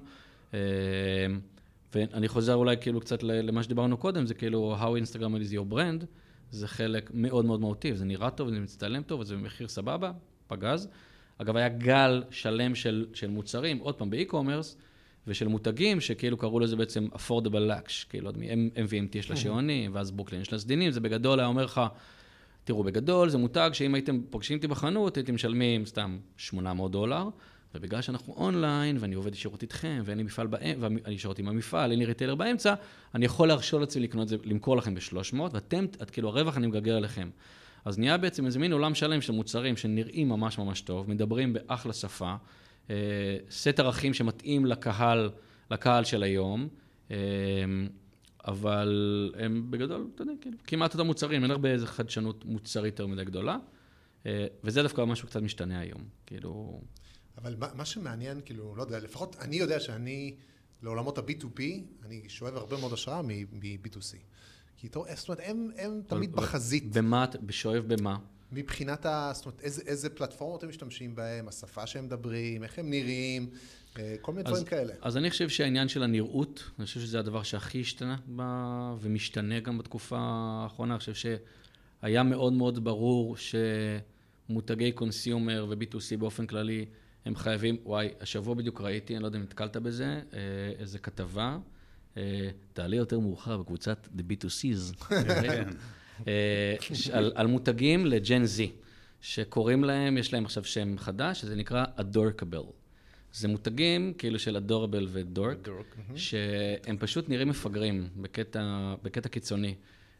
ואני חוזר אולי כאילו קצת למה שדיברנו קודם, זה כאילו how Instagram is your brand, זה חלק מאוד מאוד מהותי, זה נראה טוב, זה מצטלם טוב, וזה במחיר סבבה, פגז. אגב, היה גל שלם של, של מוצרים, עוד פעם באי-קומרס, ושל מותגים שכאילו קראו לזה בעצם affordable luxe, כאילו אם וי אם טי יש לה שעונים, ואז ברוקלין יש לה סדינים, זה בגדול היה אומר לך, תראו, בגדול, זה מותג שאם הייתם פוגשים אותי בחנות, הייתם משלמים סתם שמונה מאות דולר, ובגלל שאנחנו אונליין, ואני עובד ישירות איתכם, ואין לי מפעל באמצע, ואני ישירות עם המפעל, אין לי ריטיילר באמצע, אני יכול להרשות לעצמי לקנות זה, למכור לכם ב-שלוש מאות, ואתם, את כאילו הרווח אני מגגר עליכם. אז נהיה בעצם איזה מין עולם שלם של מוצרים שנראים ממש ממש טוב, מדברים באחלה שפה, סט ערכים שמתאים לקהל, לקהל של היום, אבל הם בגדול, אתה יודע, כאילו, כמעט אותם מוצרים, אין הרבה איזו חדשנות מוצרית יותר מדי גדולה, וזה דווקא משהו קצת משתנה היום, כאילו... אבל מה, מה שמעניין, כאילו, לא יודע, לפחות אני יודע שאני, לעולמות ה-בי טו בי, אני שואב הרבה מאוד השראה מ-בי טו סי. כי זאת אומרת, הם, הם תמיד בחזית. במה, בשואב במה? מבחינת ה... זאת אומרת, איזה, איזה פלטפורמות הם משתמשים בהם, השפה שהם מדברים, איך הם נראים, כל מיני דברים כאלה. אז אני חושב שהעניין של הנראות, אני חושב שזה הדבר שהכי השתנה בה, ומשתנה גם בתקופה האחרונה. אני חושב שהיה מאוד מאוד ברור שמותגי קונסיומר ו-בי טו סי באופן כללי, הם חייבים, וואי, השבוע בדיוק ראיתי, אני לא יודע אם נתקלת בזה, איזה כתבה, תעלה יותר מאוחר בקבוצת The בי טו סיז, על, על מותגים לג'ן זי, שקוראים להם, יש להם עכשיו שם חדש, שזה נקרא Adorkable. זה מותגים כאילו של Adorable ו-Dork, שהם פשוט נראים מפגרים בקטע, בקטע קיצוני.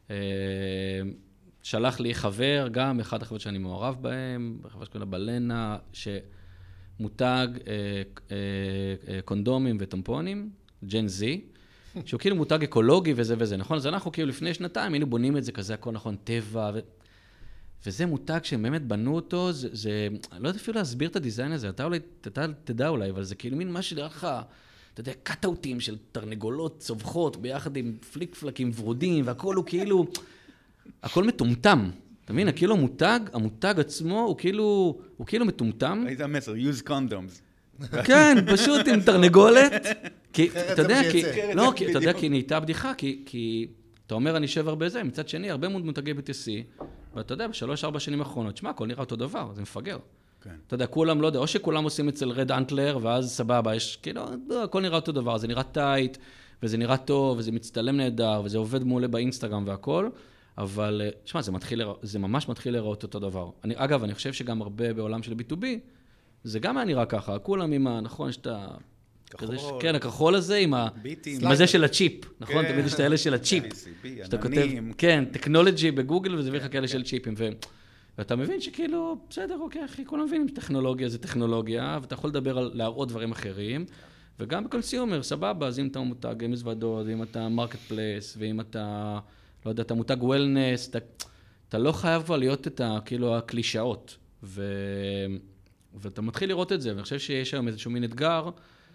שלח לי חבר, גם אחד החברות שאני מעורב בהם, בחברה שקוראים לה בלנה, שמותג קונדומים וטמפונים, ג'ן זי, שהוא כאילו מותג אקולוגי וזה וזה, נכון? אז אנחנו כאילו לפני שנתיים היינו בונים את זה כזה, הכל נכון, טבע, ו... וזה מותג שהם באמת בנו אותו, זה, זה... אני לא יודע אפילו להסביר את הדיזיין הזה, אתה אולי, אתה תדע אולי, אבל זה כאילו מין מה שנראה לך, אתה יודע, קאטאוטים של תרנגולות צווחות, ביחד עם פליק פלקים ורודים, והכל הוא כאילו, הכל מטומטם. אתה מבין? כאילו המותג, המותג עצמו הוא כאילו, הוא כאילו מטומטם. איזה מסר, use condoms. כן, פשוט עם תרנגולת. כי, אתה יודע, כי, לא, כי, אתה יודע, כי נהייתה בדיחה, כי, כי, אתה אומר, אני שב הרבה זה, מצד שני, הרבה מאוד מותגי בי טו סי, ואתה יודע, בשלוש, ארבע שנים האחרונות, שמה, הכל נראה אותו דבר, זה מפגר. אתה יודע, כולם, לא יודע, או שכולם עושים אצל רד אנטלר, ואז סבבה, יש, כאילו, הכל נראה אותו דבר, זה נראה טייט, וזה נראה טוב, וזה מצטלם נהדר, וזה עובד מעולה באינסטגרם והכל, אבל, שמה, זה מתחיל, זה ממש מתחיל לראות אותו דבר. אני, אגב, אני חושב שגם הרבה בעולם של בי טו בי, זה גם היה נראה ככה, כולם עם ה... נכון, יש את כחול. כן, הכחול הזה עם הזה של הצ'יפ, נכון? תמיד יש את האלה של הצ'יפ. שאתה כותב, כן, טכנולוגי בגוגל, וזה מביא לך כאלה של צ'יפים. ואתה מבין שכאילו, בסדר, אוקיי, אחי, כולם מבינים שטכנולוגיה זה טכנולוגיה, ואתה יכול לדבר על להראות דברים אחרים, וגם בקונסיומר, סבבה, אז אם אתה מותג מזוודות, ואם אתה מרקט פלייס, ואם אתה, לא יודע, אתה מותג וולנס, אתה, אתה לא חייב כבר להיות את ה, כאילו, הקלישאות. ו... ואתה מתחיל לראות את זה, ואני חושב שיש היום איזשהו מין אתגר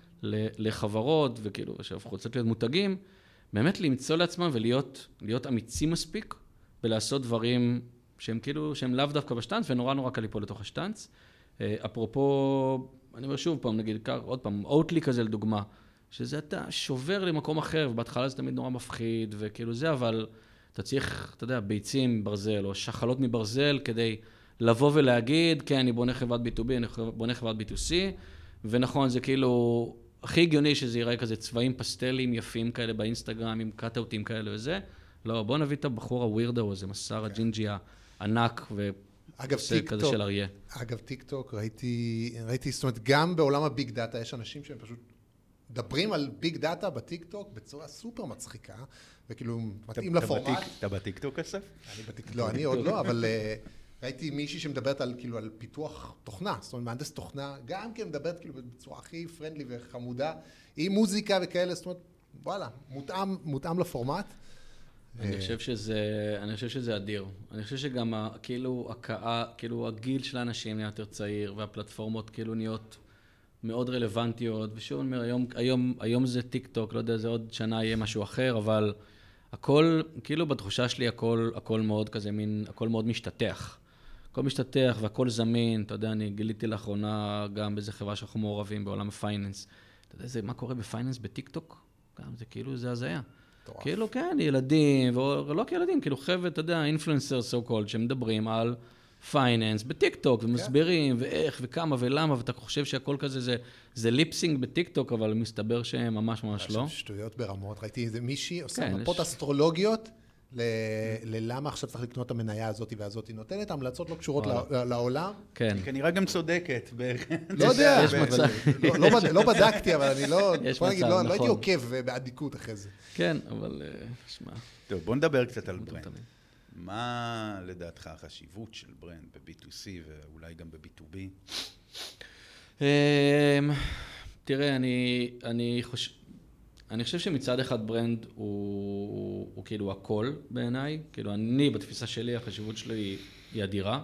לחברות, וכאילו, שהפכו רוצות להיות מותגים, באמת למצוא לעצמם ולהיות להיות אמיצים מספיק, ולעשות דברים שהם כאילו, שהם לאו דווקא בשטנץ, ונורא נורא קל ליפול לתוך השטנץ. אפרופו, אני אומר שוב פעם, נגיד, עוד פעם, אוטלי כזה לדוגמה, שזה אתה שובר למקום אחר, ובהתחלה זה תמיד נורא מפחיד, וכאילו זה, אבל אתה צריך, אתה יודע, ביצים ברזל, או שחלות מברזל, כדי לבוא ולהגיד, כן, אני בונה חברת בי טו בי, אני בונה חברת בי טו סי, ונכון, זה כאילו, הכי הגיוני שזה יראה כזה צבעים פסטלים יפים כאלה באינסטגרם, עם קאט-אוטים כאלה וזה. לא, בוא נביא את הבחור הווירדו הזה, מסר הג'ינג'י הענק, ועושה כזה של אריה. אגב, טיק טוק, ראיתי, ראיתי, זאת אומרת, גם בעולם הביג דאטה, יש אנשים שהם פשוט מדברים על ביג דאטה בטיק טוק בצורה סופר מצחיקה, וכאילו מתאים לפורמט. אתה בטיק טוק, אסף? אני בטיק, לא, אני עוד לא, אבל ראיתי מישהי שמדברת על, כאילו, על פיתוח תוכנה, זאת אומרת, מהנדס תוכנה, גם כן מדברת כאילו בצורה הכי פרנדלי וחמודה, עם מוזיקה וכאלה, זאת אומרת, וואלה, מותאם, מותאם לפורמט. אני חושב שזה, אני חושב שזה אדיר. אני חושב שגם כאילו הקאה, כאילו הגיל של האנשים נהיה יותר צעיר, והפלטפורמות כאילו נהיות מאוד רלוונטיות, ושוב אני אומר, היום, היום, היום זה טיק טוק, לא יודע, זה עוד שנה יהיה משהו אחר, אבל הכל, כאילו בתחושה שלי הכל, הכל מאוד כזה, מין, הכל מאוד משתתח. הכל משתתח והכל זמין, אתה יודע, אני גיליתי לאחרונה גם באיזה חברה שאנחנו מעורבים בעולם הפייננס. אתה יודע, זה, מה קורה בפייננס בטיק טוק? גם זה כאילו, זה הזיה. כאילו, כן, ילדים, ולא כילדים, כאילו חבר'ה, אתה יודע, אינפלואנסר סו קולד, שמדברים על פייננס בטיק טוק, ומסבירים, ואיך, וכמה, ולמה, ואתה חושב שהכל כזה זה, זה ליפסינג בטיק טוק, אבל מסתבר שהם ממש ממש לא. שטויות ברמות, ראיתי איזה מישהי עושה מפות אסטרולוגיות, ללמה עכשיו צריך לקנות את המניה הזאת והזאת, היא נותנת המלצות לא קשורות לעולם. כן. היא כנראה גם צודקת. לא יודע, לא בדקתי, אבל אני לא, לא הייתי עוקב בעדיקות אחרי זה. כן, אבל שמע. טוב, בוא נדבר קצת על ברנד. מה לדעתך החשיבות של ברנד ב-בי טו סי ואולי גם ב-בי טו בי? תראה, אני חושב... אני חושב שמצד אחד ברנד הוא, הוא כאילו הכל בעיניי, כאילו אני בתפיסה שלי החשיבות שלי היא, היא אדירה,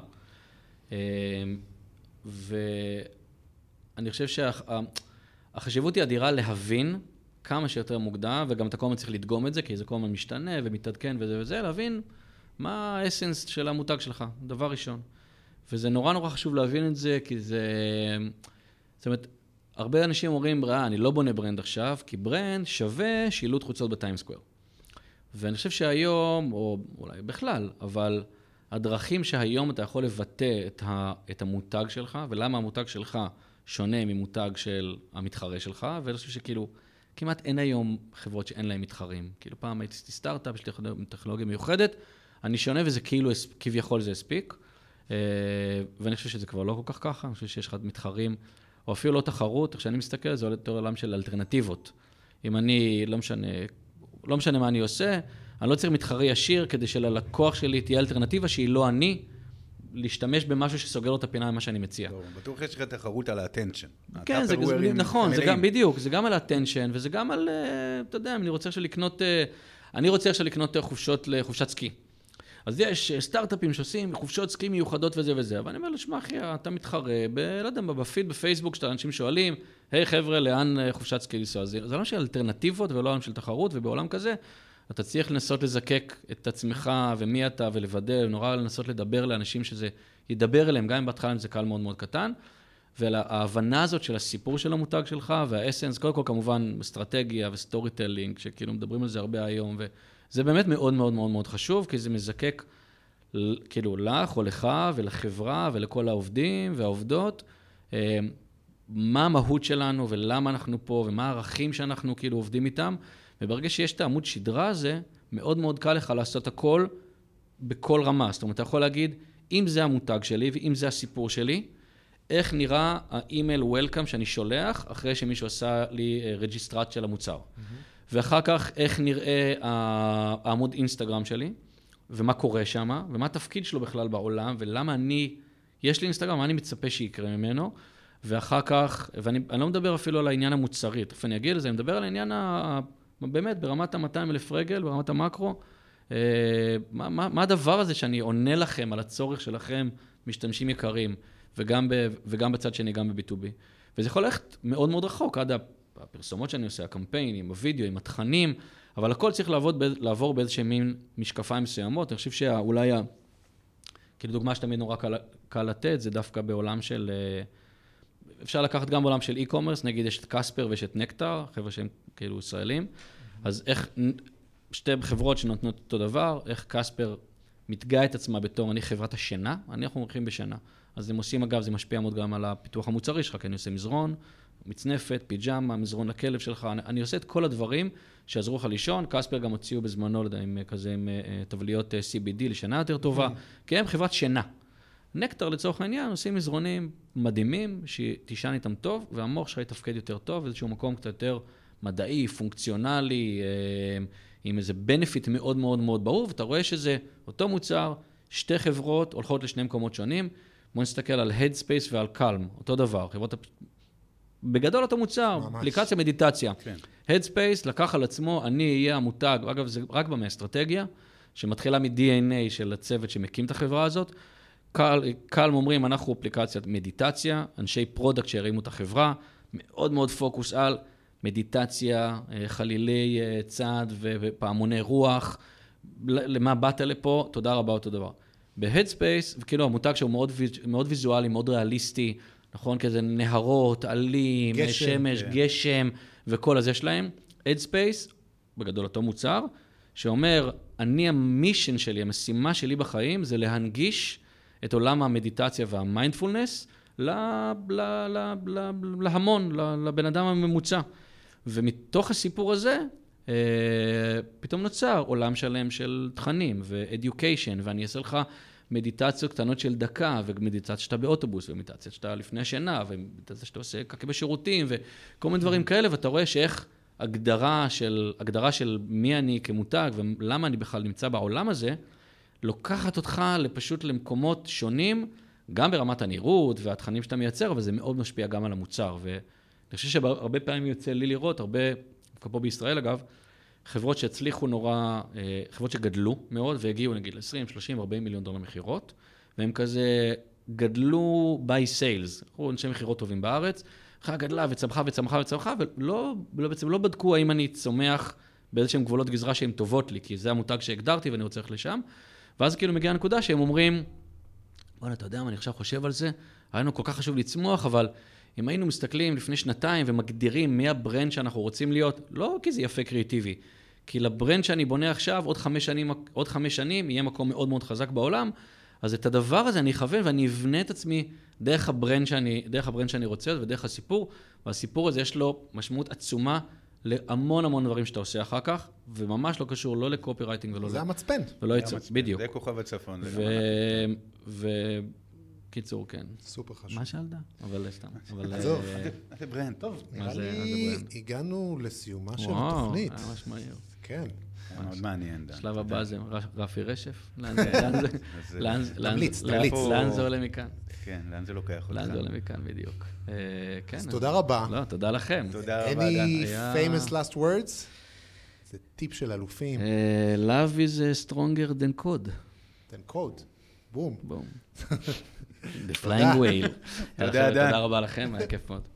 ואני חושב שהחשיבות היא אדירה להבין כמה שיותר מוקדם, וגם אתה כל הזמן צריך לדגום את זה, כי זה כל הזמן משתנה ומתעדכן וזה וזה, להבין מה האסנס של המותג שלך, דבר ראשון. וזה נורא נורא חשוב להבין את זה, כי זה, זאת אומרת, הרבה אנשים אומרים, ראה, אני לא בונה ברנד עכשיו, כי ברנד שווה שילוט חוצות בטיים סקוואר. ואני חושב שהיום, או אולי בכלל, אבל הדרכים שהיום אתה יכול לבטא את, ה, את המותג שלך, ולמה המותג שלך שונה ממותג של המתחרה שלך, ואני חושב שכאילו, כמעט אין היום חברות שאין להם מתחרים. כאילו פעם הייתי סטארט-אפ, יש לי טכנולוגיה מיוחדת, אני שונה וזה כאילו, כביכול זה הספיק, ואני חושב שזה כבר לא כל כך ככה, אני חושב שיש לך מתחרים, או אפילו לא תחרות, כשאני מסתכל, זה יותר עולם של אלטרנטיבות. אם אני, לא משנה, לא משנה מה אני עושה, אני לא צריך מתחרה ישיר, כדי שללקוח שלי תהיה אלטרנטיבה, שהיא לא אני, להשתמש במשהו שסוגר לו את הפינה ממה שאני מציע. בטוח יש לך תחרות על האטנשן. כן, זה נכון, זה גם בדיוק, זה גם על האטנשן, וזה גם על, אתה יודע, אני רוצה עכשיו לקנות, אני רוצה עכשיו לקנות חופשות לחופשת סקי. אז יש סטארט-אפים שעושים חופשות סקי מיוחדות וזה וזה, אבל אני אומר לו, שמע אחי, אתה מתחרה, ב, לא יודע, בפיד בפייסבוק, שאתה אנשים שואלים, היי חבר'ה, לאן חופשת סקי לנסוע? זה עולם של אלטרנטיבות ולא עולם של תחרות, ובעולם כזה, אתה צריך לנסות לזקק את עצמך ומי אתה ולבדל, נורא לנסות לדבר לאנשים שזה ידבר אליהם, גם אם בהתחלה זה קהל מאוד מאוד קטן, וההבנה הזאת של הסיפור של המותג שלך, והאסנס, קודם כל כמובן אסטרטגיה וסטורי טלינג, שכאילו מדברים על זה הרבה היום, וזה באמת מאוד מאוד מאוד מאוד חשוב, כי זה מזקק כאילו לך או לך ולחברה ולכל העובדים והעובדות, מה המהות שלנו ולמה אנחנו פה ומה הערכים שאנחנו כאילו עובדים איתם, וברגע שיש את העמוד שדרה הזה, מאוד מאוד קל לך לעשות הכל בכל רמה. זאת אומרת, אתה יכול להגיד, אם זה המותג שלי ואם זה הסיפור שלי, איך נראה האימייל וולקאם שאני שולח, אחרי שמישהו עשה לי רג'יסטרט של המוצר. ואחר כך, איך נראה העמוד אינסטגרם שלי, ומה קורה שם, ומה התפקיד שלו בכלל בעולם, ולמה אני, יש לי אינסטגרם, מה אני מצפה שיקרה ממנו, ואחר כך, ואני אני לא מדבר אפילו על העניין המוצרי, תכף אני אגיע לזה, אני מדבר על העניין, ה, באמת, ברמת ה-מאתיים אלף רגל, ברמת המקרו, מה, מה, מה הדבר הזה שאני עונה לכם על הצורך שלכם, משתמשים יקרים, וגם, ב, וגם בצד שני, גם ב-בי טו בי. וזה יכול ללכת מאוד מאוד רחוק, עד הפרסומות שאני עושה, הקמפיינים, הווידאו, עם התכנים, אבל הכל צריך לעבוד, לעבור באיזשהם מין משקפיים מסוימות. אני חושב שאולי, כאילו דוגמה שתמיד נורא קל, קל לתת, זה דווקא בעולם של, אפשר לקחת גם בעולם של אי-קומרס, נגיד יש את קספר ויש את נקטר, חבר'ה שהם כאילו ישראלים, אז איך, שתי חברות שנותנות אותו דבר, איך קספר מתגאה את עצמה בתור, אני חברת השינה, אנחנו מומחים בשינה. אז הם עושים, אגב, זה משפיע מאוד גם על הפיתוח המוצרי שלך, כי אני עושה מזרון, מצנפת, פיג'מה, מזרון לכלב שלך, אני, אני עושה את כל הדברים שעזרו לך לישון, קספר גם הוציאו בזמנו, לא יודע, עם כזה, עם תבליות סי בי די לשינה יותר טובה, כי הם חברת שינה. נקטר לצורך העניין, עושים מזרונים מדהימים, שתישן איתם טוב, והמוח שלך יתפקד יותר טוב, איזשהו מקום קצת יותר מדעי, פונקציונלי, עם איזה בנפיט מאוד מאוד מאוד ברור, ואתה רואה שזה אותו מוצר, שתי חברות הולכות לשני מקומות שונים, בוא נסתכל על Headspace ועל Calm, אותו דבר, חברות, בגדול אותו מוצר, ממש. אפליקציה מדיטציה. כן. Headspace לקח על עצמו, אני אהיה המותג, אגב זה רק במאסטרטגיה, שמתחילה מ-די אן איי של הצוות שמקים את החברה הזאת, Calm אומרים, אנחנו אפליקציית מדיטציה, אנשי פרודקט שהרימו את החברה, מאוד מאוד פוקוס על מדיטציה, חלילי צד ופעמוני רוח, למה באת לפה, תודה רבה אותו דבר. ב-Headspace, וכאילו המותג שהוא מאוד, מאוד ויזואלי, מאוד ריאליסטי, נכון? כזה נהרות, עלים, גשם, שמש, כן. גשם, וכל הזה שלהם. Headspace, בגדול אותו מוצר, שאומר, אני המישן שלי, המשימה שלי בחיים, זה להנגיש את עולם המדיטציה והמיינדפולנס להמון, לבן אדם הממוצע. ומתוך הסיפור הזה, פתאום נוצר עולם שלם של תכנים ו-education, ואני אעשה לך מדיטציות קטנות של דקה, ומדיטציה שאתה באוטובוס, ומדיטציה שאתה לפני השינה, ומדיטציה שאתה עושה קקי בשירותים, וכל מיני דברים כאלה, ואתה רואה שאיך הגדרה של, הגדרה של מי אני כמותג, ולמה אני בכלל נמצא בעולם הזה, לוקחת אותך לפשוט למקומות שונים, גם ברמת הנראות והתכנים שאתה מייצר, אבל זה מאוד משפיע גם על המוצר. ואני חושב שהרבה פעמים יוצא לי לראות, הרבה, פה בישראל אגב, חברות שהצליחו נורא, חברות שגדלו מאוד, והגיעו נגיד ל-עשרים, שלושים, ארבעים מיליון דולר מחירות, והם כזה גדלו by sales, אנחנו אנשי מחירות טובים בארץ, אחרי גדלה וצמחה וצמחה וצמחה, ולא, בעצם לא בדקו האם אני צומח באיזשהם גבולות גזרה שהן טובות לי, כי זה המותג שהגדרתי ואני רוצה ללכת לשם, ואז כאילו מגיעה הנקודה שהם אומרים, בוא'נה, אתה יודע מה, אני עכשיו חושב על זה, היינו כל כך חשוב לצמוח, אבל אם היינו מסתכלים לפני שנתיים ומגדירים מי הברנד שאנחנו רוצים להיות, לא כי זה יפה קריאטיבי, כי לברנד שאני בונה עכשיו, עוד חמש שנים, עוד חמש שנים, יהיה מקום מאוד מאוד חזק בעולם, אז את הדבר הזה אני אכוון ואני אבנה את עצמי דרך הברנד שאני, דרך הברנד שאני רוצה ודרך הסיפור, והסיפור הזה יש לו משמעות עצומה להמון המון דברים שאתה עושה אחר כך, וממש לא קשור לא לקופי רייטינג ולא... זה המצפן. ולא יצא, בדיוק. זה כוכב הצפון. וקיצור, כן. סופר חשוב. מה שאלת? אבל סתם. עזוב. זה ברנד. טוב, נראה לי הגענו לסיומה של התוכנית. וואו, ממש מהיר. כן. מאוד מעניין. שלב הבא זה רפי רשף. תמליץ, תמליץ. לאן זה עולה מכאן? כן, לאן זה לוקח אותך? לאן זה עולה מכאן, בדיוק. אז תודה רבה. לא, תודה לכם. תודה רבה, דן. Any famous last words? זה טיפ של אלופים. Love is stronger than code. than code. בום. בום. The flying whale. תודה, דן. תודה רבה לכם, היה כיף מאוד.